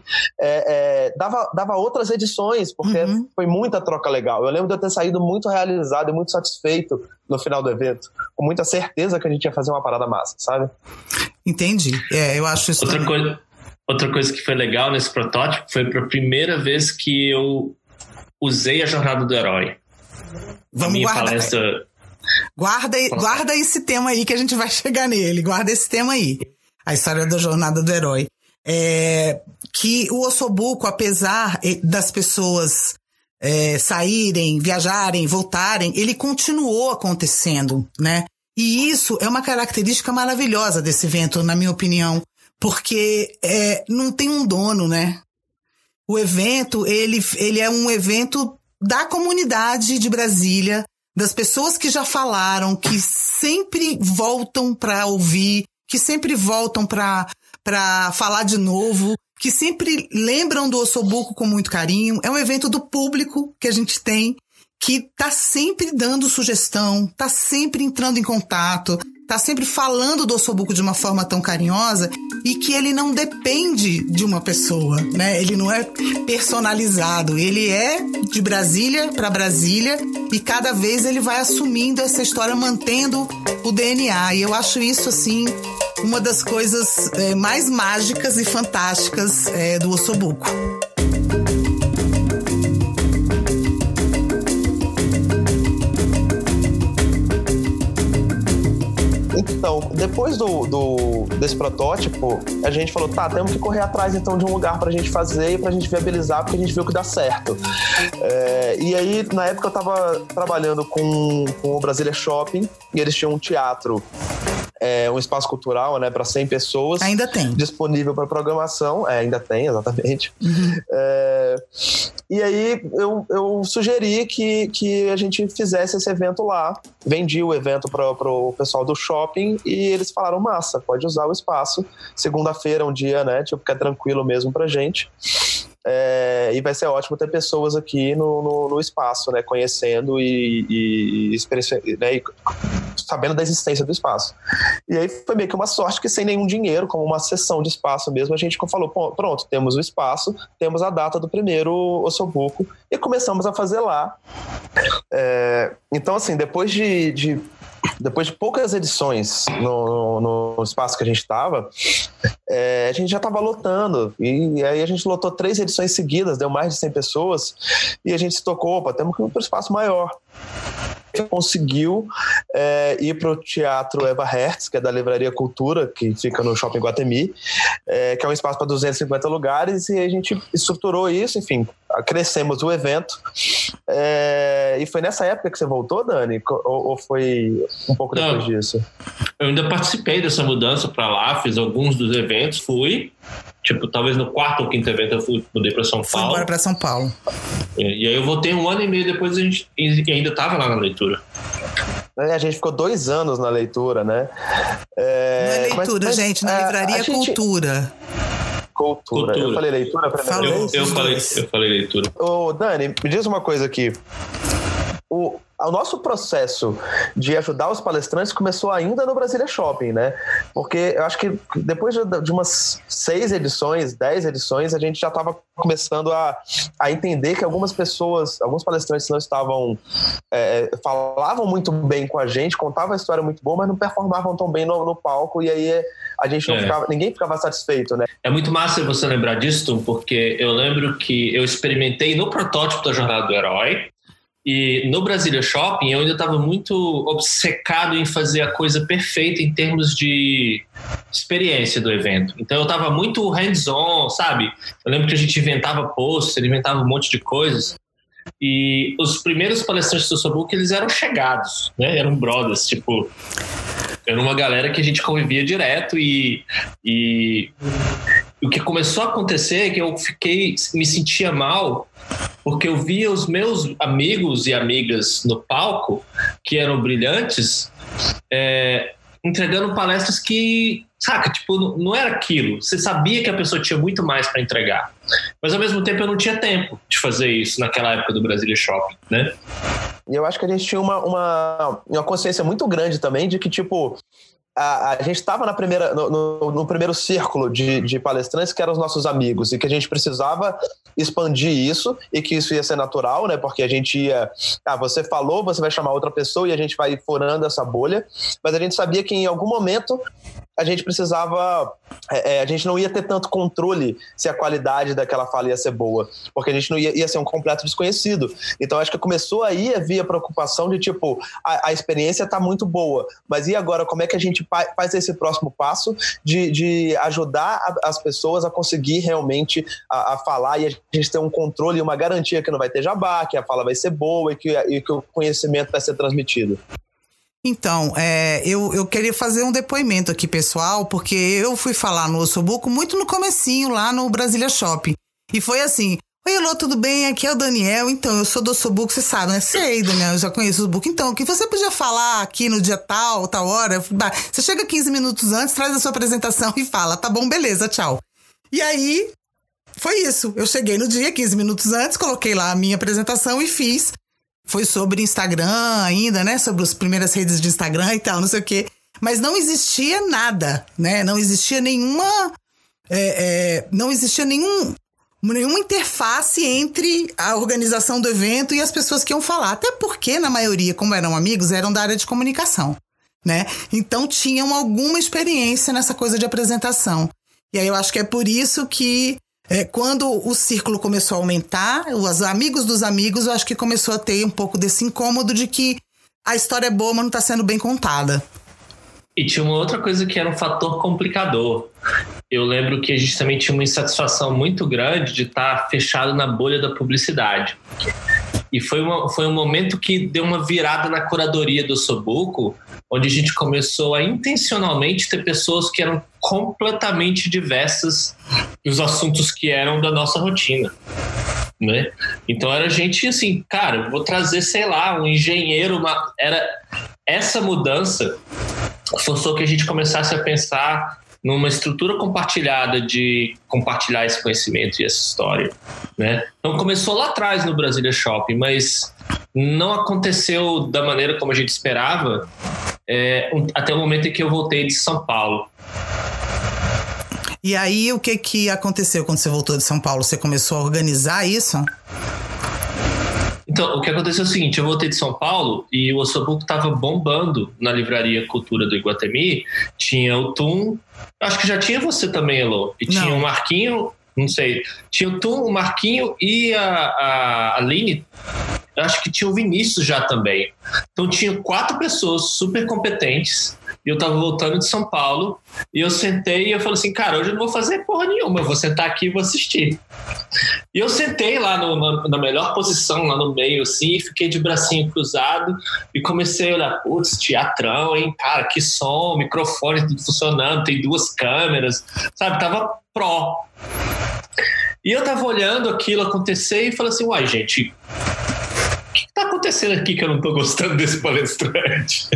é, é, dava, dava outras edições, porque uhum. foi muita troca legal. Eu lembro de eu ter saído muito realizado e muito satisfeito no final do evento, com muita certeza que a gente ia fazer uma parada massa, sabe? Entendi. É, eu acho isso. Outra coisa, outra coisa que foi legal nesse protótipo foi para a primeira vez que eu usei a jornada do herói. Vamos a minha guardar. palestra. Guarda, guarda esse tema aí que a gente vai chegar nele. Guarda esse tema aí. A história da jornada do herói. É, que o Osobuco, apesar das pessoas é, saírem, viajarem, voltarem, ele continuou acontecendo, né? E isso é uma característica maravilhosa desse evento, na minha opinião, porque é, não tem um dono, né? O evento, ele, ele é um evento da comunidade de Brasília, das pessoas que já falaram, que sempre voltam para ouvir, que sempre voltam para para falar de novo, que sempre lembram do Osobuco com muito carinho. É um evento do público que a gente tem, que tá sempre dando sugestão, tá sempre entrando em contato, tá sempre falando do Osobuco de uma forma tão carinhosa e que ele não depende de uma pessoa, né? Ele não é personalizado, ele é de Brasília para Brasília e cada vez ele vai assumindo essa história, mantendo o D N A. E eu acho isso, assim, uma das coisas é, mais mágicas e fantásticas é, do Osobuco. Então, depois do, do, desse protótipo, a gente falou, tá, temos que correr atrás então de um lugar pra gente fazer e pra gente viabilizar, porque a gente viu que dá certo. É, e aí, na época, eu tava trabalhando com, com o Brasília Shopping, e eles tinham um teatro, é, um espaço cultural, né, para cem pessoas. Ainda tem. Disponível para programação. É, ainda tem, exatamente. Uhum. É, e aí eu, eu sugeri que, que a gente fizesse esse evento lá. Vendi o evento para o pessoal do shopping e eles falaram, massa, pode usar o espaço. Segunda-feira é um dia, né, tipo, que é tranquilo mesmo pra gente. É, e vai ser ótimo ter pessoas aqui no, no, no espaço, né, conhecendo e, e, e, né, e sabendo da existência do espaço. E aí foi meio que uma sorte que sem nenhum dinheiro, como uma sessão de espaço mesmo, a gente falou, pronto, temos o espaço, temos a data do primeiro Osobuco e começamos a fazer lá. É, então, assim, depois de, de depois de poucas edições no, no, no espaço que a gente estava, é, a gente já estava lotando. E, e aí a gente lotou três edições seguidas, deu mais de cem pessoas, e a gente se tocou, opa, temos que ir para um espaço maior. Conseguiu é, ir para o Teatro Eva Hertz, que é da Livraria Cultura, que fica no Shopping Guatemi, é, que é um espaço para duzentos e cinquenta lugares, e a gente estruturou isso, enfim, crescemos o evento. É, e foi nessa época que você voltou, Dani? Ou, ou foi um pouco depois Não, disso? Eu ainda participei dessa mudança para lá, fiz alguns dos eventos, fui. Tipo, talvez no quarto ou quinto evento eu fui, mudei para São Paulo. Fui embora para São Paulo. E, e aí eu voltei um ano e meio depois a gente, e ainda estava lá na leitura. A gente ficou dois anos na leitura, né? É, não é leitura, mas, gente, na é, Livraria gente... Cultura. Cultura. Cultura. Eu falei leitura pra eu, eu, falei, eu falei leitura. Ô, Dani, me diz uma coisa aqui. O, o nosso processo de ajudar os palestrantes começou ainda no Brasília Shopping, né? Porque eu acho que depois de, de umas seis edições, dez edições, a gente já estava começando a, a entender que algumas pessoas, alguns palestrantes não estavam, é, falavam muito bem com a gente, contavam a história muito boa, mas não performavam tão bem no, no palco, e aí a gente não é. ficava, ninguém ficava satisfeito, né? É muito massa você lembrar disso, Tom, porque eu lembro que eu experimentei no protótipo da Jornada do Herói, e no Brasília Shopping eu ainda estava muito obcecado em fazer a coisa perfeita em termos de experiência do evento. Então eu estava muito hands-on, sabe? Eu lembro que a gente inventava posts, inventava um monte de coisas. E os primeiros palestrantes do Soulbook, eles eram chegados, né? Eram brothers, tipo... Era uma galera que a gente convivia direto e... e... o que começou a acontecer é que eu fiquei, me sentia mal porque eu via os meus amigos e amigas no palco, que eram brilhantes, é, entregando palestras que, saca, tipo, não era aquilo. Você sabia que a pessoa tinha muito mais para entregar. Mas, ao mesmo tempo, eu não tinha tempo de fazer isso naquela época do Brasília Shopping, né? E eu acho que a gente tinha uma, uma, uma consciência muito grande também de que, tipo... A, a gente estava na primeira, no, no, no primeiro círculo de, de palestrantes que eram os nossos amigos e que a gente precisava expandir isso e que isso ia ser natural, né? Porque a gente ia... Ah, você falou, você vai chamar outra pessoa e a gente vai furando essa bolha. Mas a gente sabia que em algum momento a gente precisava... É, a gente não ia ter tanto controle se a qualidade daquela fala ia ser boa, porque a gente não ia, ia ser um completo desconhecido. Então acho que começou aí a vir a preocupação de tipo, a, a experiência tá muito boa, mas e agora como é que a gente faz esse próximo passo de, de ajudar a, as pessoas a conseguir realmente a, a falar e a gente ter um controle e uma garantia que não vai ter jabá, que a fala vai ser boa e que, e que o conhecimento vai ser transmitido. Então, é, eu, eu queria fazer um depoimento aqui, pessoal, porque eu fui falar no Ossobuco muito no comecinho, lá no Brasília Shopping. E foi assim, oi, Elô, tudo bem? Aqui é o Daniel. Então, eu sou do Ossobuco, você sabe, né? Sei, Daniel, eu já conheço o Ossobuco. Então, o que você podia falar aqui no dia tal, tal hora? Você chega quinze minutos antes, traz a sua apresentação e fala, tá bom, beleza, tchau. E aí, foi isso. Eu cheguei no dia, quinze minutos antes, coloquei lá a minha apresentação e fiz. Foi sobre Instagram ainda, né? Sobre as primeiras redes de Instagram e tal, não sei o quê. Mas não existia nada, né? Não existia nenhuma... É, é, não existia nenhum, nenhuma interface entre a organização do evento e as pessoas que iam falar. Até porque, na maioria, como eram amigos, eram da área de comunicação, né? Então, tinham alguma experiência nessa coisa de apresentação. E aí, eu acho que é por isso que... É, quando o círculo começou a aumentar, os amigos dos amigos, eu acho que começou a ter um pouco desse incômodo de que a história é boa, mas não está sendo bem contada. E tinha uma outra coisa que era um fator complicador. Eu lembro que a gente também tinha uma insatisfação muito grande de estar fechado na bolha da publicidade. E foi, uma, foi um momento que deu uma virada na curadoria do Ossobuco, onde a gente começou a intencionalmente ter pessoas que eram completamente diversas dos assuntos que eram da nossa rotina, né? Então era gente assim, cara, vou trazer, sei lá, um engenheiro, uma... era essa mudança forçou que a gente começasse a pensar numa estrutura compartilhada de compartilhar esse conhecimento e essa história, né? Então começou lá atrás no Brasília Shopping, mas não aconteceu da maneira como a gente esperava, é, até o momento em que eu voltei de São Paulo. E aí, o que, que aconteceu quando você voltou de São Paulo? Você começou a organizar isso? Então, o que aconteceu é o seguinte, eu voltei de São Paulo e o Ossobuco estava bombando na Livraria Cultura do Iguatemi. Tinha o Tum, acho que já tinha você também, Elô. E não. Tinha o Marquinho, não sei. Tinha o Tum, o Marquinho e a, a Aline. Eu acho que tinha o Vinícius já também. Então, tinha quatro pessoas super competentes. E eu tava voltando de São Paulo e eu sentei e eu falei assim, cara, hoje eu não vou fazer porra nenhuma, eu vou sentar aqui e vou assistir. E eu sentei lá no, na, na melhor posição, lá no meio, assim, e fiquei de bracinho cruzado e comecei a olhar, putz, teatrão, hein, cara, que som, microfone tudo funcionando, tem duas câmeras, sabe, tava pró. E eu tava olhando aquilo acontecer e falei assim, uai, gente... O que está acontecendo aqui que eu não estou gostando desse palestrante?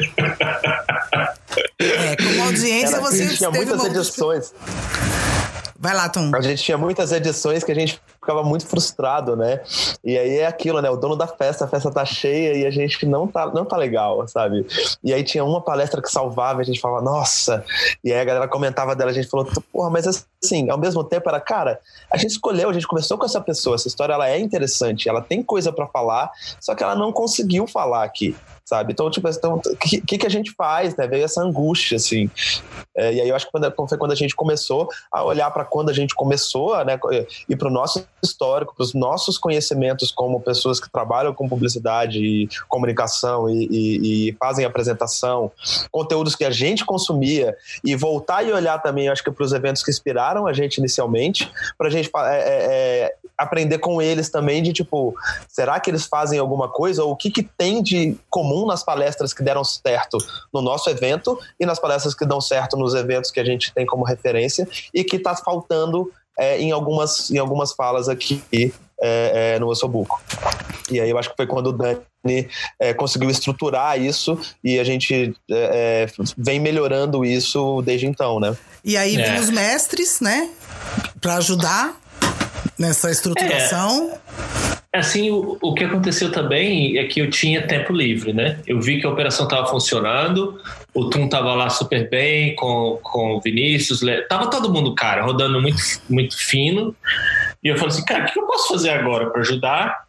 É, como audiência Cara, você tinha muitas uma... edições. Vai lá, Tom. A gente tinha muitas edições que a gente ficava muito frustrado, né? E aí é aquilo, né? O dono da festa, a festa tá cheia e a gente não tá, não tá legal, sabe? E aí tinha uma palestra que salvava e a gente falava, nossa! E aí a galera comentava dela, a gente falou, porra, mas assim, ao mesmo tempo era, cara, a gente escolheu, a gente conversou com essa pessoa, essa história ela é interessante, ela tem coisa pra falar, só que ela não conseguiu falar aqui, sabe? Então, tipo, então, o que, que a gente faz, né? Veio essa angústia, assim. É, e aí eu acho que quando, foi quando a gente começou a olhar para quando a gente começou, né? E para o nosso histórico, para os nossos conhecimentos como pessoas que trabalham com publicidade e comunicação e, e, e fazem apresentação, conteúdos que a gente consumia, e voltar e olhar também, eu acho que para os eventos que inspiraram a gente inicialmente, para a gente é, é, aprender com eles também de, tipo, será que eles fazem alguma coisa? Ou o que, que tem de comum nas palestras que deram certo no nosso evento e nas palestras que dão certo nos eventos que a gente tem como referência e que está faltando é, em, algumas, em algumas falas aqui é, é, no Ossobuco. E aí eu acho que foi quando o Dani é, conseguiu estruturar isso e a gente é, vem melhorando isso desde então, né? E aí é. vem os mestres, né? Para ajudar nessa estruturação. É. Assim, o, o que aconteceu também é que eu tinha tempo livre, né? Eu vi que a operação estava funcionando, o Tum estava lá super bem, com, com o Vinícius, tava todo mundo, cara, rodando muito, muito fino. E eu falei assim, cara, o que eu posso fazer agora para ajudar?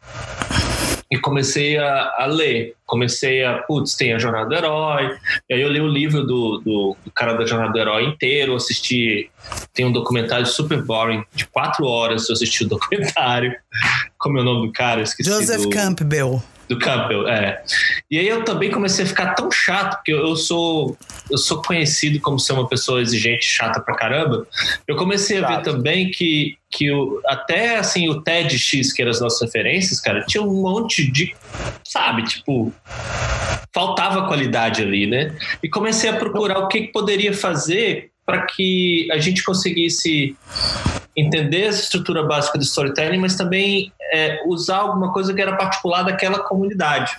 E comecei a, a ler. Comecei a, putz, tem a Jornada do Herói. E aí eu li o livro do, do, do cara da Jornada do Herói inteiro, assisti, tem um documentário super boring, de quatro horas eu assisti o documentário. Como é o nome do cara? Eu esqueci. Joseph do... Campbell. Do Campbell, é. E aí eu também comecei a ficar tão chato, porque eu sou, eu sou conhecido como ser uma pessoa exigente, chata pra caramba. Eu comecei a ver também que, que o, até assim, o TEDx, que eram as nossas referências, cara, tinha um monte de, sabe, tipo, faltava qualidade ali, né? E comecei a procurar o que, que poderia fazer para que a gente conseguisse entender a estrutura básica do storytelling, mas também é, usar alguma coisa que era particular daquela comunidade.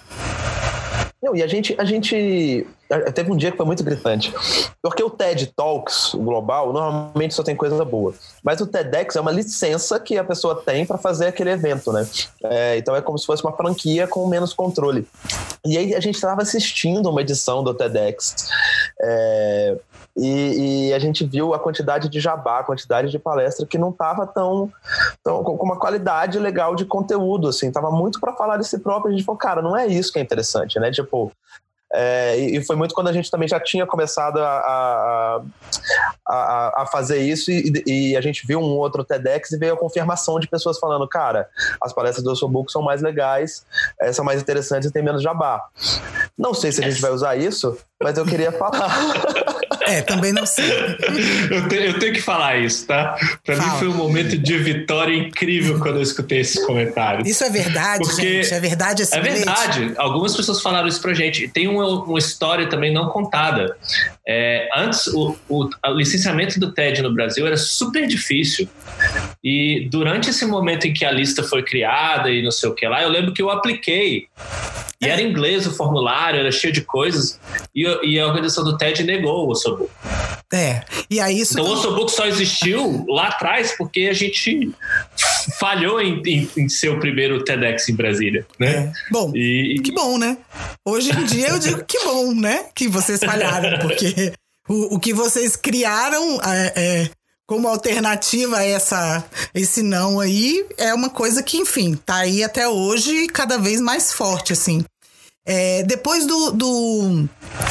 Não, e a gente, a gente teve um dia que foi muito gritante, porque o TED Talks, o global, normalmente só tem coisa boa, mas o TEDx é uma licença que a pessoa tem para fazer aquele evento, né? É, então é como se fosse uma franquia com menos controle. E aí a gente estava assistindo uma edição do TEDx, é, e, e a gente viu a quantidade de jabá, a quantidade de palestra que não estava tão, tão com uma qualidade legal de conteúdo, assim, tava muito para falar de si próprio. A gente falou, cara, não é isso que é interessante, né? Tipo, É, e foi muito quando a gente também já tinha começado a, a, a, a fazer isso e, e a gente viu um outro TEDx e veio a confirmação de pessoas falando, cara, as palestras do Ossobuco são mais legais, é, são mais interessantes e tem menos jabá. Não sei se a gente vai usar isso, mas eu queria falar. É, também não sei. eu, te, eu tenho que falar isso, tá? Pra Fala. mim foi um momento de vitória incrível quando eu escutei esses comentários. Isso é verdade, Porque gente? É verdade esse É bilhete? verdade. Algumas pessoas falaram isso pra gente. Tem uma, uma história também não contada. É, antes, o, o, o licenciamento do TED no Brasil era super difícil. E durante esse momento em que a lista foi criada e não sei o que lá, eu lembro que eu apliquei. E era em inglês o formulário, era cheio de coisas. E, e a organização do TED negou o Ossobuco. É, e aí isso... Então o Ossobuco só existiu lá atrás porque a gente falhou em, em, em ser o primeiro TEDx em Brasília, né? É. Bom, e... que bom, né? Hoje em dia eu digo que bom, né? Que vocês falharam, porque o, o que vocês criaram é, é, como alternativa a essa, esse não aí é uma coisa que, enfim, tá aí até hoje cada vez mais forte, assim. É, depois do... do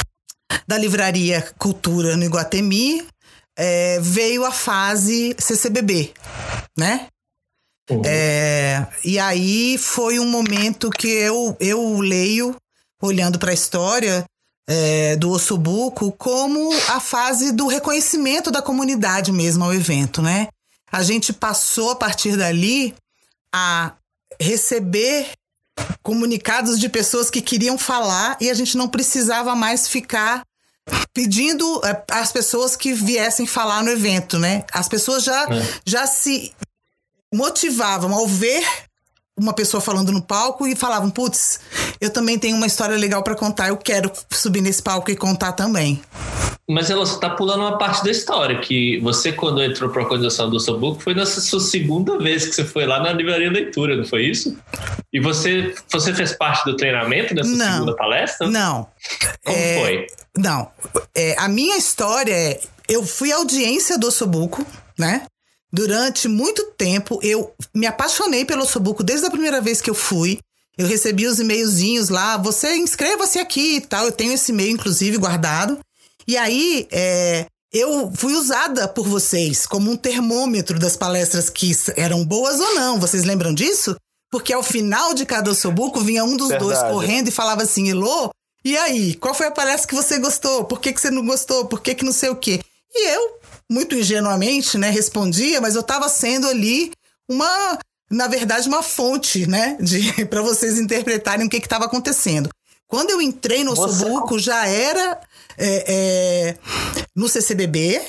da Livraria Cultura no Iguatemi, é, veio a fase C C B B, né? Uhum. É, e aí foi um momento que eu, eu leio, olhando para a história é, do Ossobuco, como a fase do reconhecimento da comunidade mesmo ao evento, né? A gente passou, a partir dali, a receber comunicados de pessoas que queriam falar e a gente não precisava mais ficar pedindo às pessoas que viessem falar no evento, né? As pessoas já, é. já se motivavam ao ver uma pessoa falando no palco e falavam, putz, eu também tenho uma história legal para contar, eu quero subir nesse palco e contar também. Mas ela só tá pulando uma parte da história, que você, quando entrou para a organização do Ossobuco, foi na sua segunda vez que você foi lá na Livraria Leitura, não foi isso? E você, você fez parte do treinamento nessa não, segunda palestra? Não. Como é, foi? Não. É, a minha história é, eu fui audiência do Ossobuco, né? Durante muito tempo, eu me apaixonei pelo Ossobuco desde a primeira vez que eu fui. Eu recebi os e-mailzinhos lá, você inscreva-se aqui e tal. Eu tenho esse e-mail, inclusive, guardado. E aí, é, eu fui usada por vocês como um termômetro das palestras que eram boas ou não. Vocês lembram disso? Porque ao final de cada Ossobuco vinha um dos Verdade. dois correndo e falava assim, Elô, e aí, qual foi a palestra que você gostou? Por que, que você não gostou? Por que que não sei o quê? E eu, muito ingenuamente, né, respondia, mas eu estava sendo ali uma, na verdade, uma fonte, né, de, para vocês interpretarem o que estava acontecendo. Quando eu entrei no Ossobuco, você... já era é, é, no C C B B,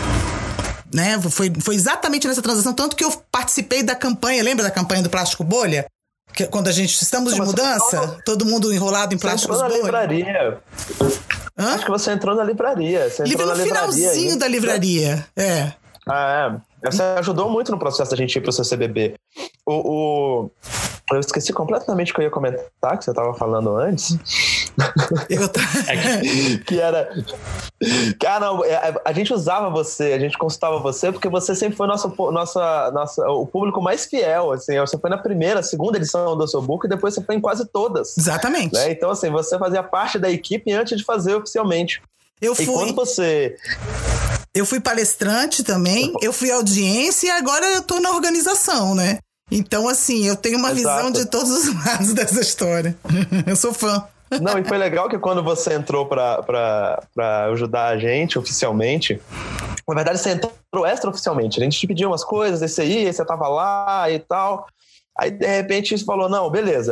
né? Foi, foi exatamente nessa transação, tanto que eu participei da campanha, lembra da campanha do Plástico Bolha? Que, quando a gente estamos de mudança, entrou, todo mundo enrolado em plásticos bolha. Você entrou na livraria. Hã? Acho que você entrou na livraria. Você entrou no na finalzinho livraria, da livraria, é. Ah, é. Você ajudou muito no processo da gente ir pro C C B B. O, o... Eu esqueci completamente o que eu ia comentar, que você estava falando antes. Eu t... que era... Cara, a gente usava você, a gente consultava você, porque você sempre foi nosso, nossa, nossa, o público mais fiel. Assim, você foi na primeira, segunda edição do Ossobuco e depois você foi em quase todas. Exatamente. Né? Então, assim, você fazia parte da equipe antes de fazer oficialmente. Eu fui... E quando você... Eu fui palestrante também, eu fui audiência e agora eu tô na organização, né? Então, assim, eu tenho uma Exato. visão de todos os lados dessa história. Eu sou fã. Não, e foi legal que quando você entrou pra, pra, pra ajudar a gente oficialmente, na verdade você entrou extra-oficialmente. A gente te pediu umas coisas, esse aí, você tava lá e tal. Aí, de repente, você falou, não, beleza,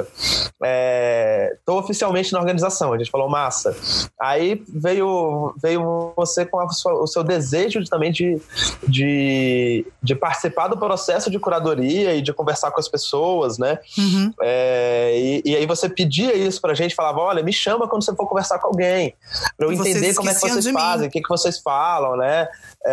é, tô oficialmente na organização. A gente falou, massa. Aí veio, veio você com a sua, o seu desejo de, também de, de, de participar do processo de curadoria e de conversar com as pessoas, né? Uhum. É, e, e aí você pedia isso pra gente, falava, olha, me chama quando você for conversar com alguém, pra eu entender como é que vocês fazem, o que, que vocês falam, né?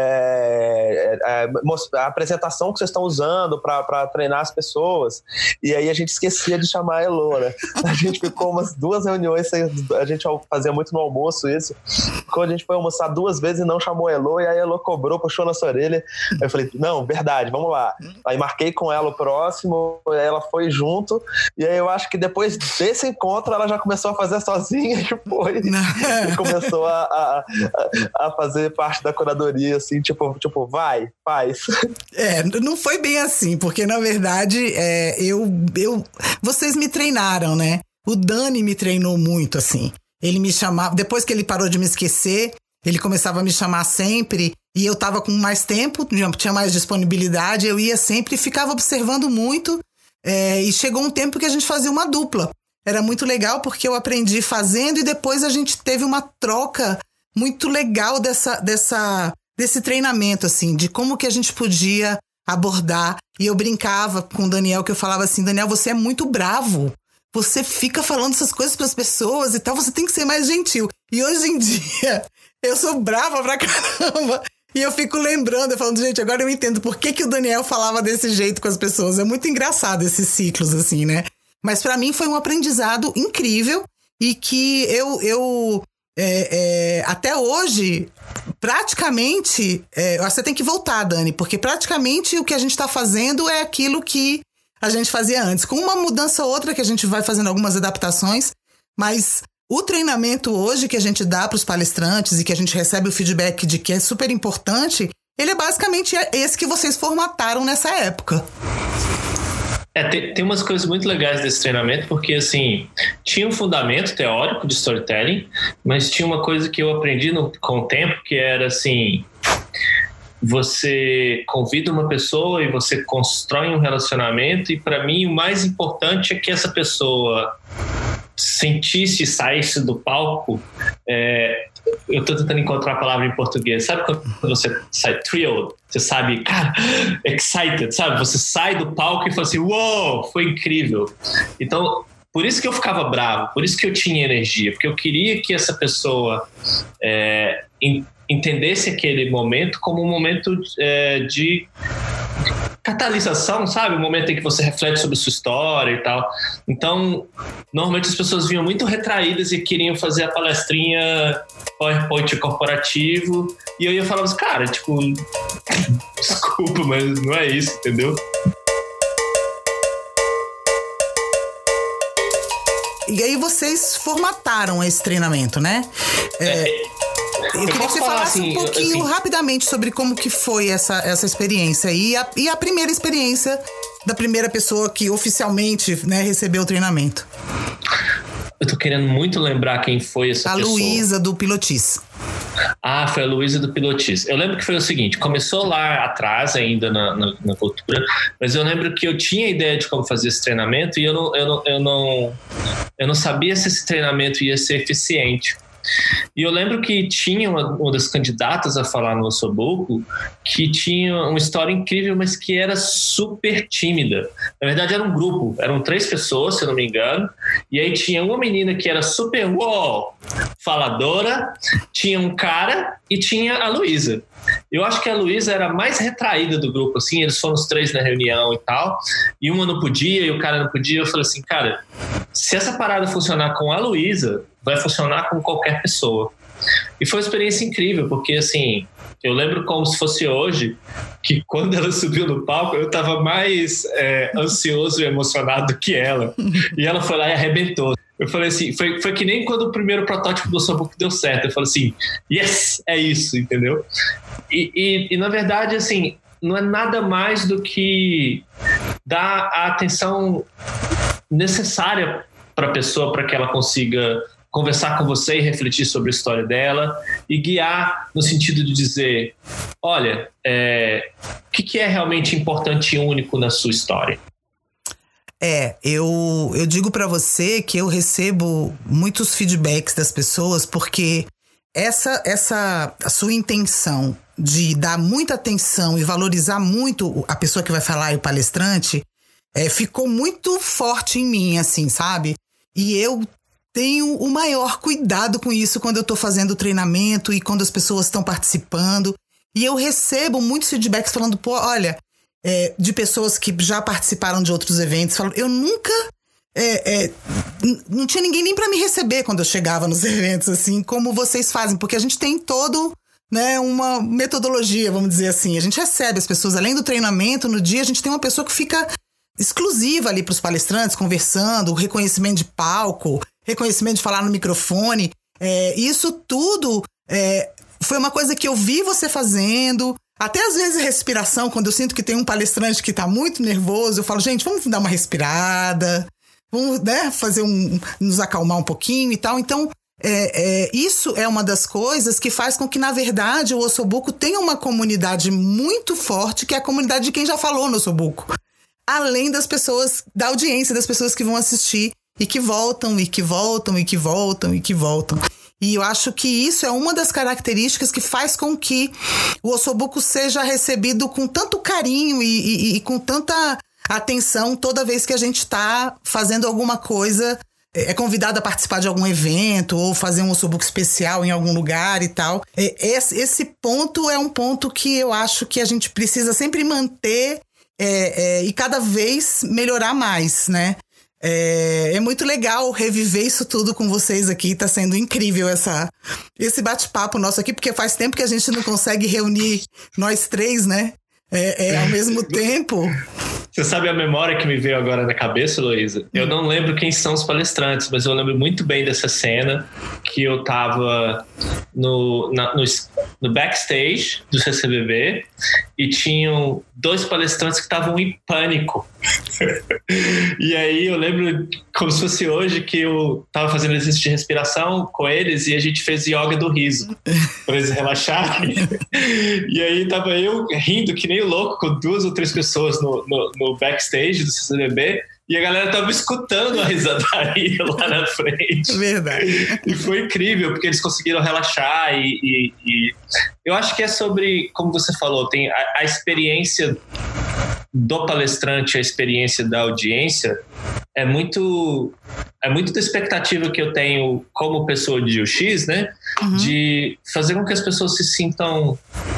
É, é, a apresentação que vocês estão usando para treinar as pessoas. E aí a gente esquecia de chamar a Elô, né? A gente ficou umas duas reuniões, a gente fazia muito no almoço isso. Quando a gente foi almoçar duas vezes e não chamou a Elô, e aí a Elô cobrou, puxou na sua orelha. Aí eu falei, não, verdade, vamos lá. Aí marquei com ela o próximo, ela foi junto, e aí eu acho que depois desse encontro ela já começou a fazer sozinha e foi. E começou a, a, a fazer parte da curadoria, assim, tipo, tipo, vai, faz. É, não foi bem assim, porque na verdade é, eu, eu, vocês me treinaram, né? O Dani me treinou muito, assim. Ele me chamava, depois que ele parou de me esquecer, ele começava a me chamar sempre, e eu tava com mais tempo, tinha mais disponibilidade, eu ia sempre e ficava observando muito, é, e chegou um tempo que a gente fazia uma dupla. Era muito legal porque eu aprendi fazendo e depois a gente teve uma troca muito legal dessa, dessa, desse treinamento, assim, de como que a gente podia abordar. E eu brincava com o Daniel, que eu falava assim, Daniel, você é muito bravo. Você fica falando essas coisas para as pessoas e tal, você tem que ser mais gentil. E hoje em dia, eu sou brava pra caramba. E eu fico lembrando, eu falando, gente, agora eu entendo por que, que o Daniel falava desse jeito com as pessoas. É muito engraçado esses ciclos, assim, né? Mas pra mim foi um aprendizado incrível e que eu, eu é, é, até hoje, praticamente, é, você tem que voltar, Dani, porque praticamente o que a gente tá fazendo é aquilo que a gente fazia antes, com uma mudança ou outra que a gente vai fazendo algumas adaptações, mas o treinamento hoje que a gente dá para os palestrantes e que a gente recebe o feedback de que é super importante, ele é basicamente esse que vocês formataram nessa época. É, tem, tem umas coisas muito legais desse treinamento, porque, assim, tinha um fundamento teórico de storytelling, mas tinha uma coisa que eu aprendi no, com o tempo, que era, assim, você convida uma pessoa e você constrói um relacionamento, e, para mim, o mais importante é que essa pessoa sentisse e saísse do palco é, eu tô tentando encontrar a palavra em português. Sabe quando você sai thrilled? Você sabe, cara, excited, sabe? Você sai do palco e fala assim, uou, wow, foi incrível. Então, por isso que eu ficava bravo, por isso que eu tinha energia, porque eu queria que essa pessoa é, entendesse aquele momento como um momento é, de catalisação, sabe? Um momento em que você reflete sobre sua história e tal. Então, normalmente as pessoas vinham muito retraídas e queriam fazer a palestrinha PowerPoint corporativo, e eu ia falar assim, cara, tipo, desculpa, mas não é isso, entendeu? E aí vocês formataram esse treinamento, né? É, é, eu queria que você falasse assim, um pouquinho assim, rapidamente sobre como que foi essa, essa experiência e a, e a primeira experiência da primeira pessoa que oficialmente, né, recebeu o treinamento. Eu tô querendo muito lembrar quem foi essa a pessoa. A Luísa do Pilotis. Ah, foi a Luísa do Pilotis. Eu lembro que foi o seguinte, começou lá atrás ainda na, na, na cultura, mas eu lembro que eu tinha ideia de como fazer esse treinamento e eu não, eu não, eu não, eu não sabia se esse treinamento ia ser eficiente. E eu lembro que tinha uma, uma das candidatas a falar no Ossobuco que tinha uma história incrível, mas que era super tímida. Na verdade era um grupo, eram três pessoas, se eu não me engano, e aí tinha uma menina que era super uou, faladora, tinha um cara e tinha a Luísa. Eu acho que a Luísa era a mais retraída do grupo, assim, eles foram os três na reunião e tal, e uma não podia e o cara não podia. Eu falei assim, cara, se essa parada funcionar com a Luísa, vai funcionar com qualquer pessoa. E foi uma experiência incrível, porque assim, eu lembro como se fosse hoje, que quando ela subiu no palco, eu tava mais é, ansioso e emocionado que ela. E ela foi lá e arrebentou. Eu falei assim, foi, foi que nem quando o primeiro protótipo do Ossobuco deu certo. Eu falei assim, yes, é isso, entendeu? E, e, e na verdade, assim, não é nada mais do que dar a atenção necessária para a pessoa, para que ela consiga conversar com você e refletir sobre a história dela e guiar no sentido de dizer, olha, é, o que, que é realmente importante e único na sua história? É, eu, eu digo pra você que eu recebo muitos feedbacks das pessoas porque essa, essa a sua intenção de dar muita atenção e valorizar muito a pessoa que vai falar e o palestrante é, ficou muito forte em mim, assim, sabe? E eu tenho o maior cuidado com isso quando eu tô fazendo o treinamento e quando as pessoas estão participando. E eu recebo muitos feedbacks falando, pô, olha... É, de pessoas que já participaram de outros eventos, falam, eu nunca é, é, não tinha ninguém nem para me receber quando eu chegava nos eventos, assim, como vocês fazem, porque a gente tem todo, né, uma metodologia, vamos dizer assim, a gente recebe as pessoas, além do treinamento, no dia a gente tem uma pessoa que fica exclusiva ali para os palestrantes, conversando, reconhecimento de palco, reconhecimento de falar no microfone, é, isso tudo é, foi uma coisa que eu vi você fazendo. Até às vezes respiração, quando eu sinto que tem um palestrante que tá muito nervoso, eu falo, gente, vamos dar uma respirada, vamos, né, fazer um, nos acalmar um pouquinho e tal. Então, é, é, isso é uma das coisas que faz com que, na verdade, o Ossobuco tenha uma comunidade muito forte, que é a comunidade de quem já falou no Ossobuco. Além das pessoas, da audiência, das pessoas que vão assistir e que voltam, e que voltam, e que voltam, e que voltam. E eu acho que isso é uma das características que faz com que o Ossobuco seja recebido com tanto carinho e, e, e com tanta atenção toda vez que a gente está fazendo alguma coisa, é convidado a participar de algum evento ou fazer um Ossobuco especial em algum lugar e tal. Esse, esse ponto é um ponto que eu acho que a gente precisa sempre manter é, é, e cada vez melhorar mais, né? É, é muito legal reviver isso tudo com vocês aqui. Tá sendo incrível essa, esse bate-papo nosso aqui, porque faz tempo que a gente não consegue reunir nós três, né? É, é ao mesmo tempo. Você sabe a memória que me veio agora na cabeça, Luísa? Eu não lembro quem são os palestrantes, mas eu lembro muito bem dessa cena que eu tava no, na, no, no backstage do C C B B e tinham dois palestrantes que estavam em pânico. E aí eu lembro como se fosse hoje que eu tava fazendo exercício de respiração com eles e a gente fez yoga do riso para eles relaxarem. E aí tava eu rindo que nem louco com duas ou três pessoas no, no, no backstage do C C B B E a galera tava escutando a risadaria lá na frente. Verdade. E foi incrível, porque eles conseguiram relaxar e, e, e... eu acho que é sobre, como você falou, tem a, a experiência do palestrante, a experiência da audiência é muito é muito da expectativa que eu tenho como pessoa de U X, né? Uhum. De fazer com que as pessoas se sintam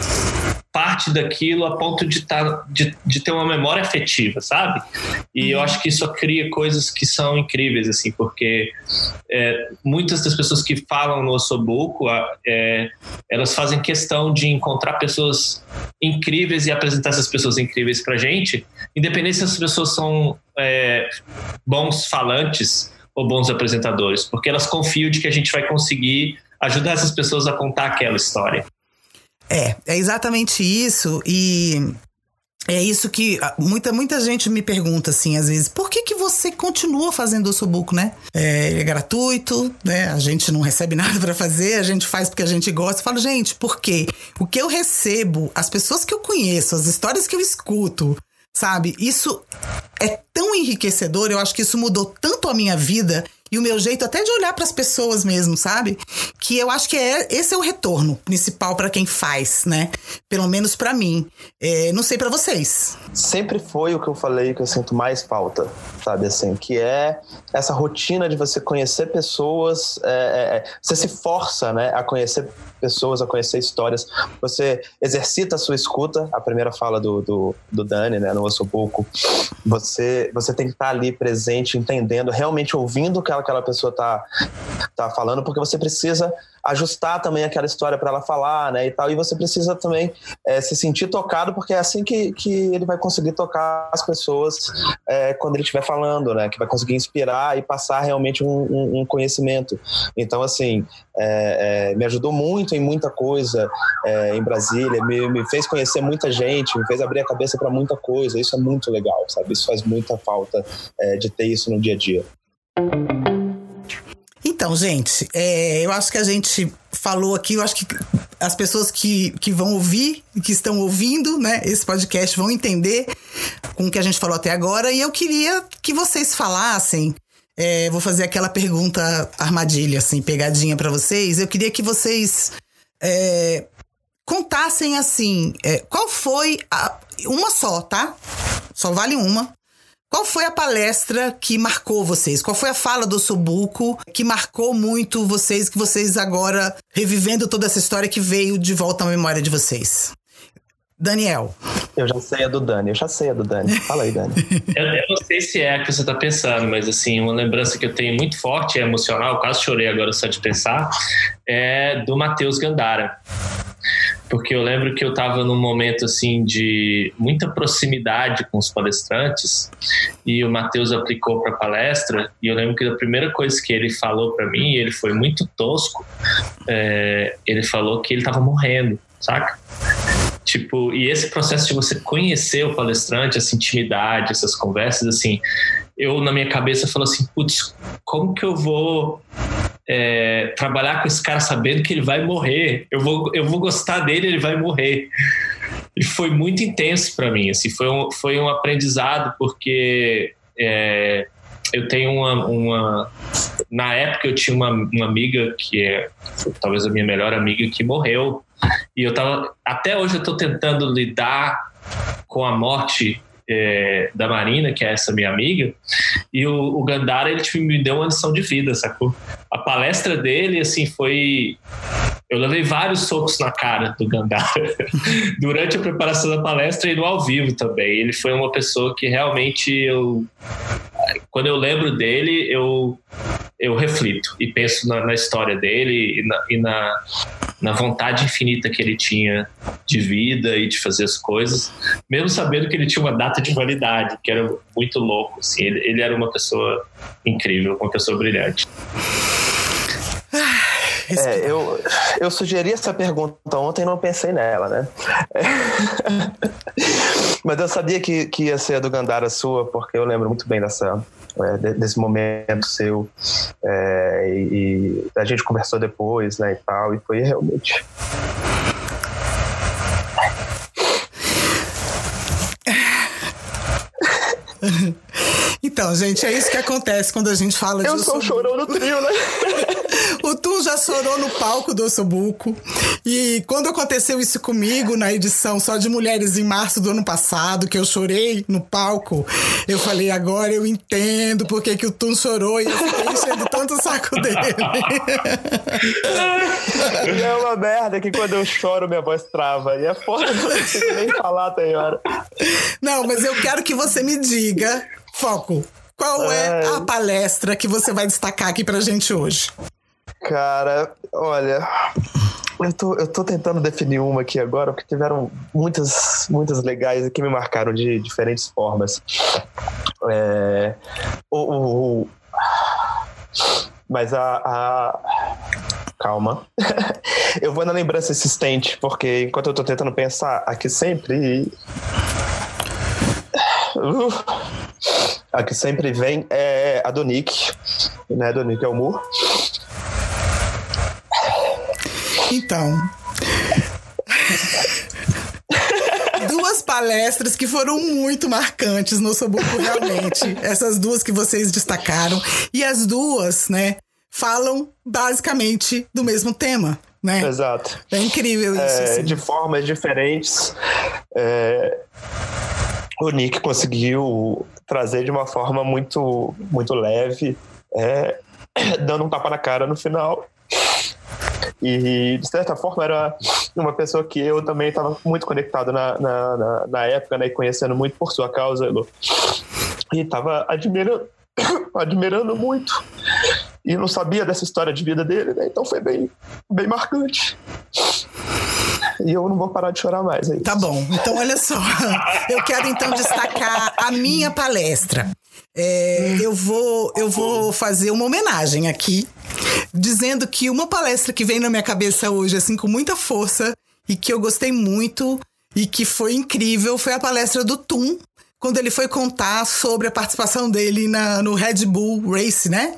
parte daquilo a ponto de, tá, de, de ter uma memória afetiva, sabe? E uhum. eu acho que isso cria coisas que são incríveis, assim, porque é, muitas das pessoas que falam no Ossobuco, é, elas fazem questão de encontrar pessoas incríveis e apresentar essas pessoas incríveis pra gente, independente se as pessoas são é, bons falantes ou bons apresentadores, porque elas confiam de que a gente vai conseguir ajudar essas pessoas a contar aquela história. É, é exatamente isso, e é isso que muita, muita gente me pergunta, assim, às vezes, por que que você continua fazendo o Ossobuco, né? É, é gratuito, né? A gente não recebe nada pra fazer, a gente faz porque a gente gosta. Eu falo, gente, por quê? O que eu recebo, as pessoas que eu conheço, as histórias que eu escuto, sabe? Isso é tão enriquecedor, eu acho que isso mudou tanto a minha vida e o meu jeito até de olhar para as pessoas mesmo, sabe? Que eu acho que é, esse é o retorno principal para quem faz, né? Pelo menos para mim. É, não sei para vocês. Sempre foi o que eu falei que eu sinto mais falta, sabe? Assim, que é essa rotina de você conhecer pessoas, é, é, você se força, né, a conhecer pessoas, a conhecer histórias, você exercita a sua escuta, a primeira fala do, do, do Dani, né, no Ossobuco, você, você tem que estar ali presente, entendendo, realmente ouvindo o que aquela pessoa tá, tá falando, porque você precisa ajustar também aquela história para ela falar, né, e tal, e você precisa também é, se sentir tocado, porque é assim que, que ele vai conseguir tocar as pessoas é, quando ele estiver falando, né, que vai conseguir inspirar e passar realmente um, um, um conhecimento. Então, assim, é, é, me ajudou muito em muita coisa é, em Brasília, me, me fez conhecer muita gente, me fez abrir a cabeça para muita coisa, isso é muito legal, sabe, isso faz muita falta é, de ter isso no dia a dia. Então, gente, é, eu acho que a gente falou aqui, eu acho que as pessoas que, que vão ouvir, que estão ouvindo, né, esse podcast vão entender com o que a gente falou até agora, e eu queria que vocês falassem, é, vou fazer aquela pergunta armadilha, assim, pegadinha pra vocês, eu queria que vocês é, contassem, assim, é, qual foi, a, uma só, tá? Só vale uma. Qual foi a palestra que marcou vocês? Qual foi a fala do Ossobuco que marcou muito vocês, que vocês agora, revivendo toda essa história, que veio de volta à memória de vocês? Daniel. Eu já sei a do Dani, eu já sei a do Dani. Fala aí, Dani. eu, eu não sei se é a que você está pensando, mas assim, uma lembrança que eu tenho muito forte, é emocional, quase chorei agora só de pensar, é do Matheus Gandara. Porque eu lembro que eu estava num momento assim de muita proximidade com os palestrantes e o Matheus aplicou para a palestra, e eu lembro que a primeira coisa que ele falou para mim, ele foi muito tosco, é, ele falou que ele estava morrendo, saca? Tipo, e esse processo de você conhecer o palestrante, essa intimidade, essas conversas, assim, eu na minha cabeça falo assim, putz, como que eu vou é, trabalhar com esse cara sabendo que ele vai morrer? Eu vou, eu vou gostar dele, ele vai morrer. E foi muito intenso para mim, assim, foi um, foi um aprendizado, porque é, eu tenho uma, uma... Na época eu tinha uma, uma amiga que é talvez a minha melhor amiga, que morreu. E eu tava, até hoje eu tô tentando lidar com a morte é, da Marina, que é essa minha amiga, e o, o Gandara, ele tipo, me deu uma lição de vida, sacou? A palestra dele, assim, foi... Eu levei vários socos na cara do Gandara durante a preparação da palestra e no ao vivo também. Ele foi uma pessoa que realmente eu... Quando eu lembro dele, eu, eu reflito e penso na, na história dele e, na, e na, na vontade infinita que ele tinha de vida e de fazer as coisas, mesmo sabendo que ele tinha uma data de validade, que era muito louco. Assim. Ele, ele era uma pessoa incrível, uma pessoa brilhante. É, eu, eu sugeri essa pergunta ontem e não pensei nela, né? É. Mas eu sabia que, que ia ser a do Gandara sua, porque eu lembro muito bem dessa, é, desse momento seu. É, e, e a gente conversou depois, né, e tal, e foi realmente... Então, gente, é isso que acontece quando a gente fala de Eu sou o chorão no trio, né? O Tum já chorou no palco do Ossobuco. E quando aconteceu isso comigo na edição Só de Mulheres em março do ano passado, que eu chorei no palco, eu falei, agora eu entendo por que que o Tum chorou e eu fiquei enchendo tanto o saco dele. E é uma merda que quando eu choro minha voz trava. E é foda, não consigo nem falar, tem hora. Não, mas eu quero que você me diga, foco, qual é a palestra que você vai destacar aqui pra gente hoje? Cara, olha, eu tô, eu tô tentando definir uma aqui agora, porque tiveram muitas, muitas legais que me marcaram de diferentes formas. É, o, o, o, mas a, a... Calma. Eu vou na lembrança insistente, porque enquanto eu tô tentando pensar, aqui sempre... Uh, a que sempre vem é a do Nick, né? Do Nick Elmore. Então, duas palestras que foram muito marcantes no Ossobuco, realmente. Essas duas que vocês destacaram. E as duas, né, falam basicamente do mesmo tema, né? Exato. É incrível isso. É, assim. De formas diferentes. É... O Nick conseguiu trazer de uma forma muito, muito leve, é, dando um tapa na cara no final. E, de certa forma, era uma pessoa que eu também estava muito conectado na, na, na, na época, né, conhecendo muito por sua causa, Elô. E estava admirando, admirando muito. E não sabia dessa história de vida dele, né? Então foi bem, bem marcante. E eu não vou parar de chorar mais. É isso. Tá bom, então olha só. Eu quero então destacar a minha palestra. É, eu, vou, eu vou fazer uma homenagem aqui, dizendo que uma palestra que vem na minha cabeça hoje, assim, com muita força, e que eu gostei muito, e que foi incrível, foi a palestra do Tum, quando ele foi contar sobre a participação dele na, no Red Bull Race, né?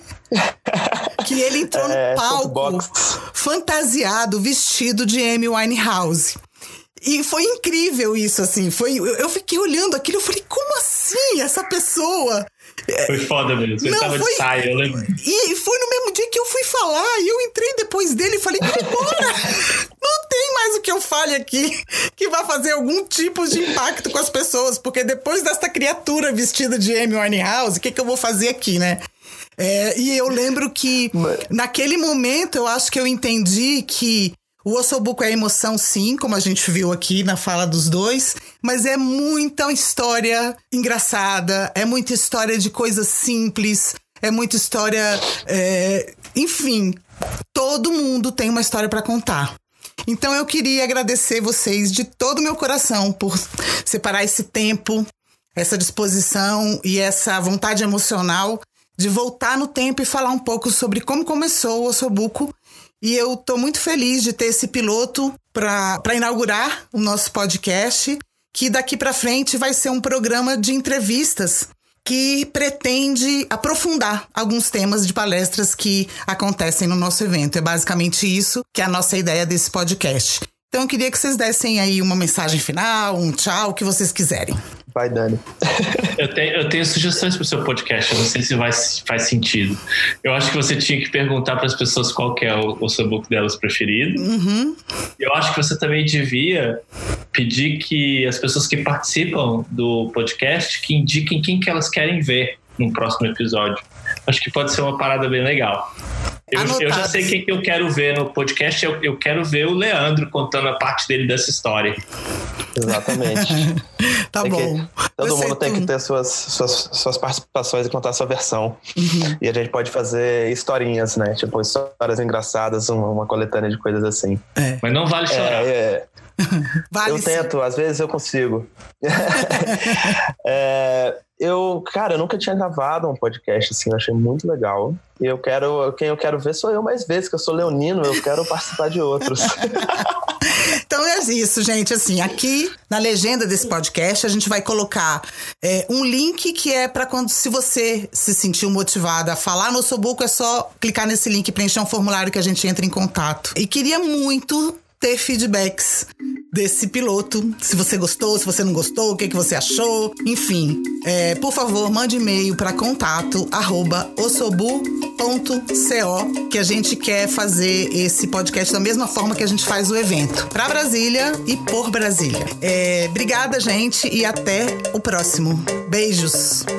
Que ele entrou é, no palco fantasiado, vestido de Amy Winehouse. E foi incrível isso, assim. Foi, eu, eu fiquei olhando aquilo e falei, como assim essa pessoa... Foi foda mesmo, ele tava foi... de saia, eu lembro. E foi no mesmo dia que eu fui falar, e eu entrei depois dele e falei, vai embora! Não tem mais o que eu fale aqui que vai fazer algum tipo de impacto com as pessoas, porque depois dessa criatura vestida de Amy Winehouse, o que, que eu vou fazer aqui, né? É, e eu lembro que, Mas... naquele momento, eu acho que eu entendi que o Ossobuco é emoção, sim, como a gente viu aqui na fala dos dois, mas é muita história engraçada, é muita história de coisas simples, é muita história... É, enfim, todo mundo tem uma história para contar. Então eu queria agradecer vocês de todo o meu coração por separar esse tempo, essa disposição e essa vontade emocional de voltar no tempo e falar um pouco sobre como começou o Ossobuco. E eu tô muito feliz de ter esse piloto para inaugurar o nosso podcast, que daqui para frente vai ser um programa de entrevistas que pretende aprofundar alguns temas de palestras que acontecem no nosso evento. É basicamente isso que é a nossa ideia desse podcast. Então eu queria que vocês dessem aí uma mensagem final, um tchau, o que vocês quiserem. Vai, Dani. Eu tenho, eu tenho sugestões para o seu podcast, eu não sei se vai, faz sentido. Eu acho que você tinha que perguntar para as pessoas qual que é o Ossobuco delas preferido. Uhum. Eu acho que você também devia pedir que as pessoas que participam do podcast que indiquem quem que elas querem ver no próximo episódio. Acho que pode ser uma parada bem legal. Eu, eu já sei quem que eu quero ver no podcast. Eu, eu quero ver o Leandro contando a parte dele dessa história. Exatamente. Tá tem bom. Que, todo Você mundo tem tu... que ter suas, suas, suas participações e contar a sua versão. Uhum. E a gente pode fazer historinhas, né? Tipo, histórias engraçadas, uma, uma coletânea de coisas assim. É. Mas não vale chorar. É, é. Vale eu sim. tento, às vezes eu consigo. é, eu, cara, eu nunca tinha gravado um podcast assim, eu achei muito legal. E eu quero, quem eu quero ver sou eu mais vezes, que eu sou leonino, eu quero participar de outros. Então é isso, gente. Assim, aqui na legenda desse podcast a gente vai colocar é, um link que é para quando, se você se sentiu motivada a falar no Ossobuco, é só clicar nesse link e preencher um formulário que a gente entra em contato. E queria muito ter feedbacks desse piloto, se você gostou, se você não gostou, o que, que você achou, enfim, é, por favor, mande e-mail para contato arroba ossobu ponto co, que a gente quer fazer esse podcast da mesma forma que a gente faz o evento, para Brasília e por Brasília. É, obrigada, gente, e até o próximo. Beijos!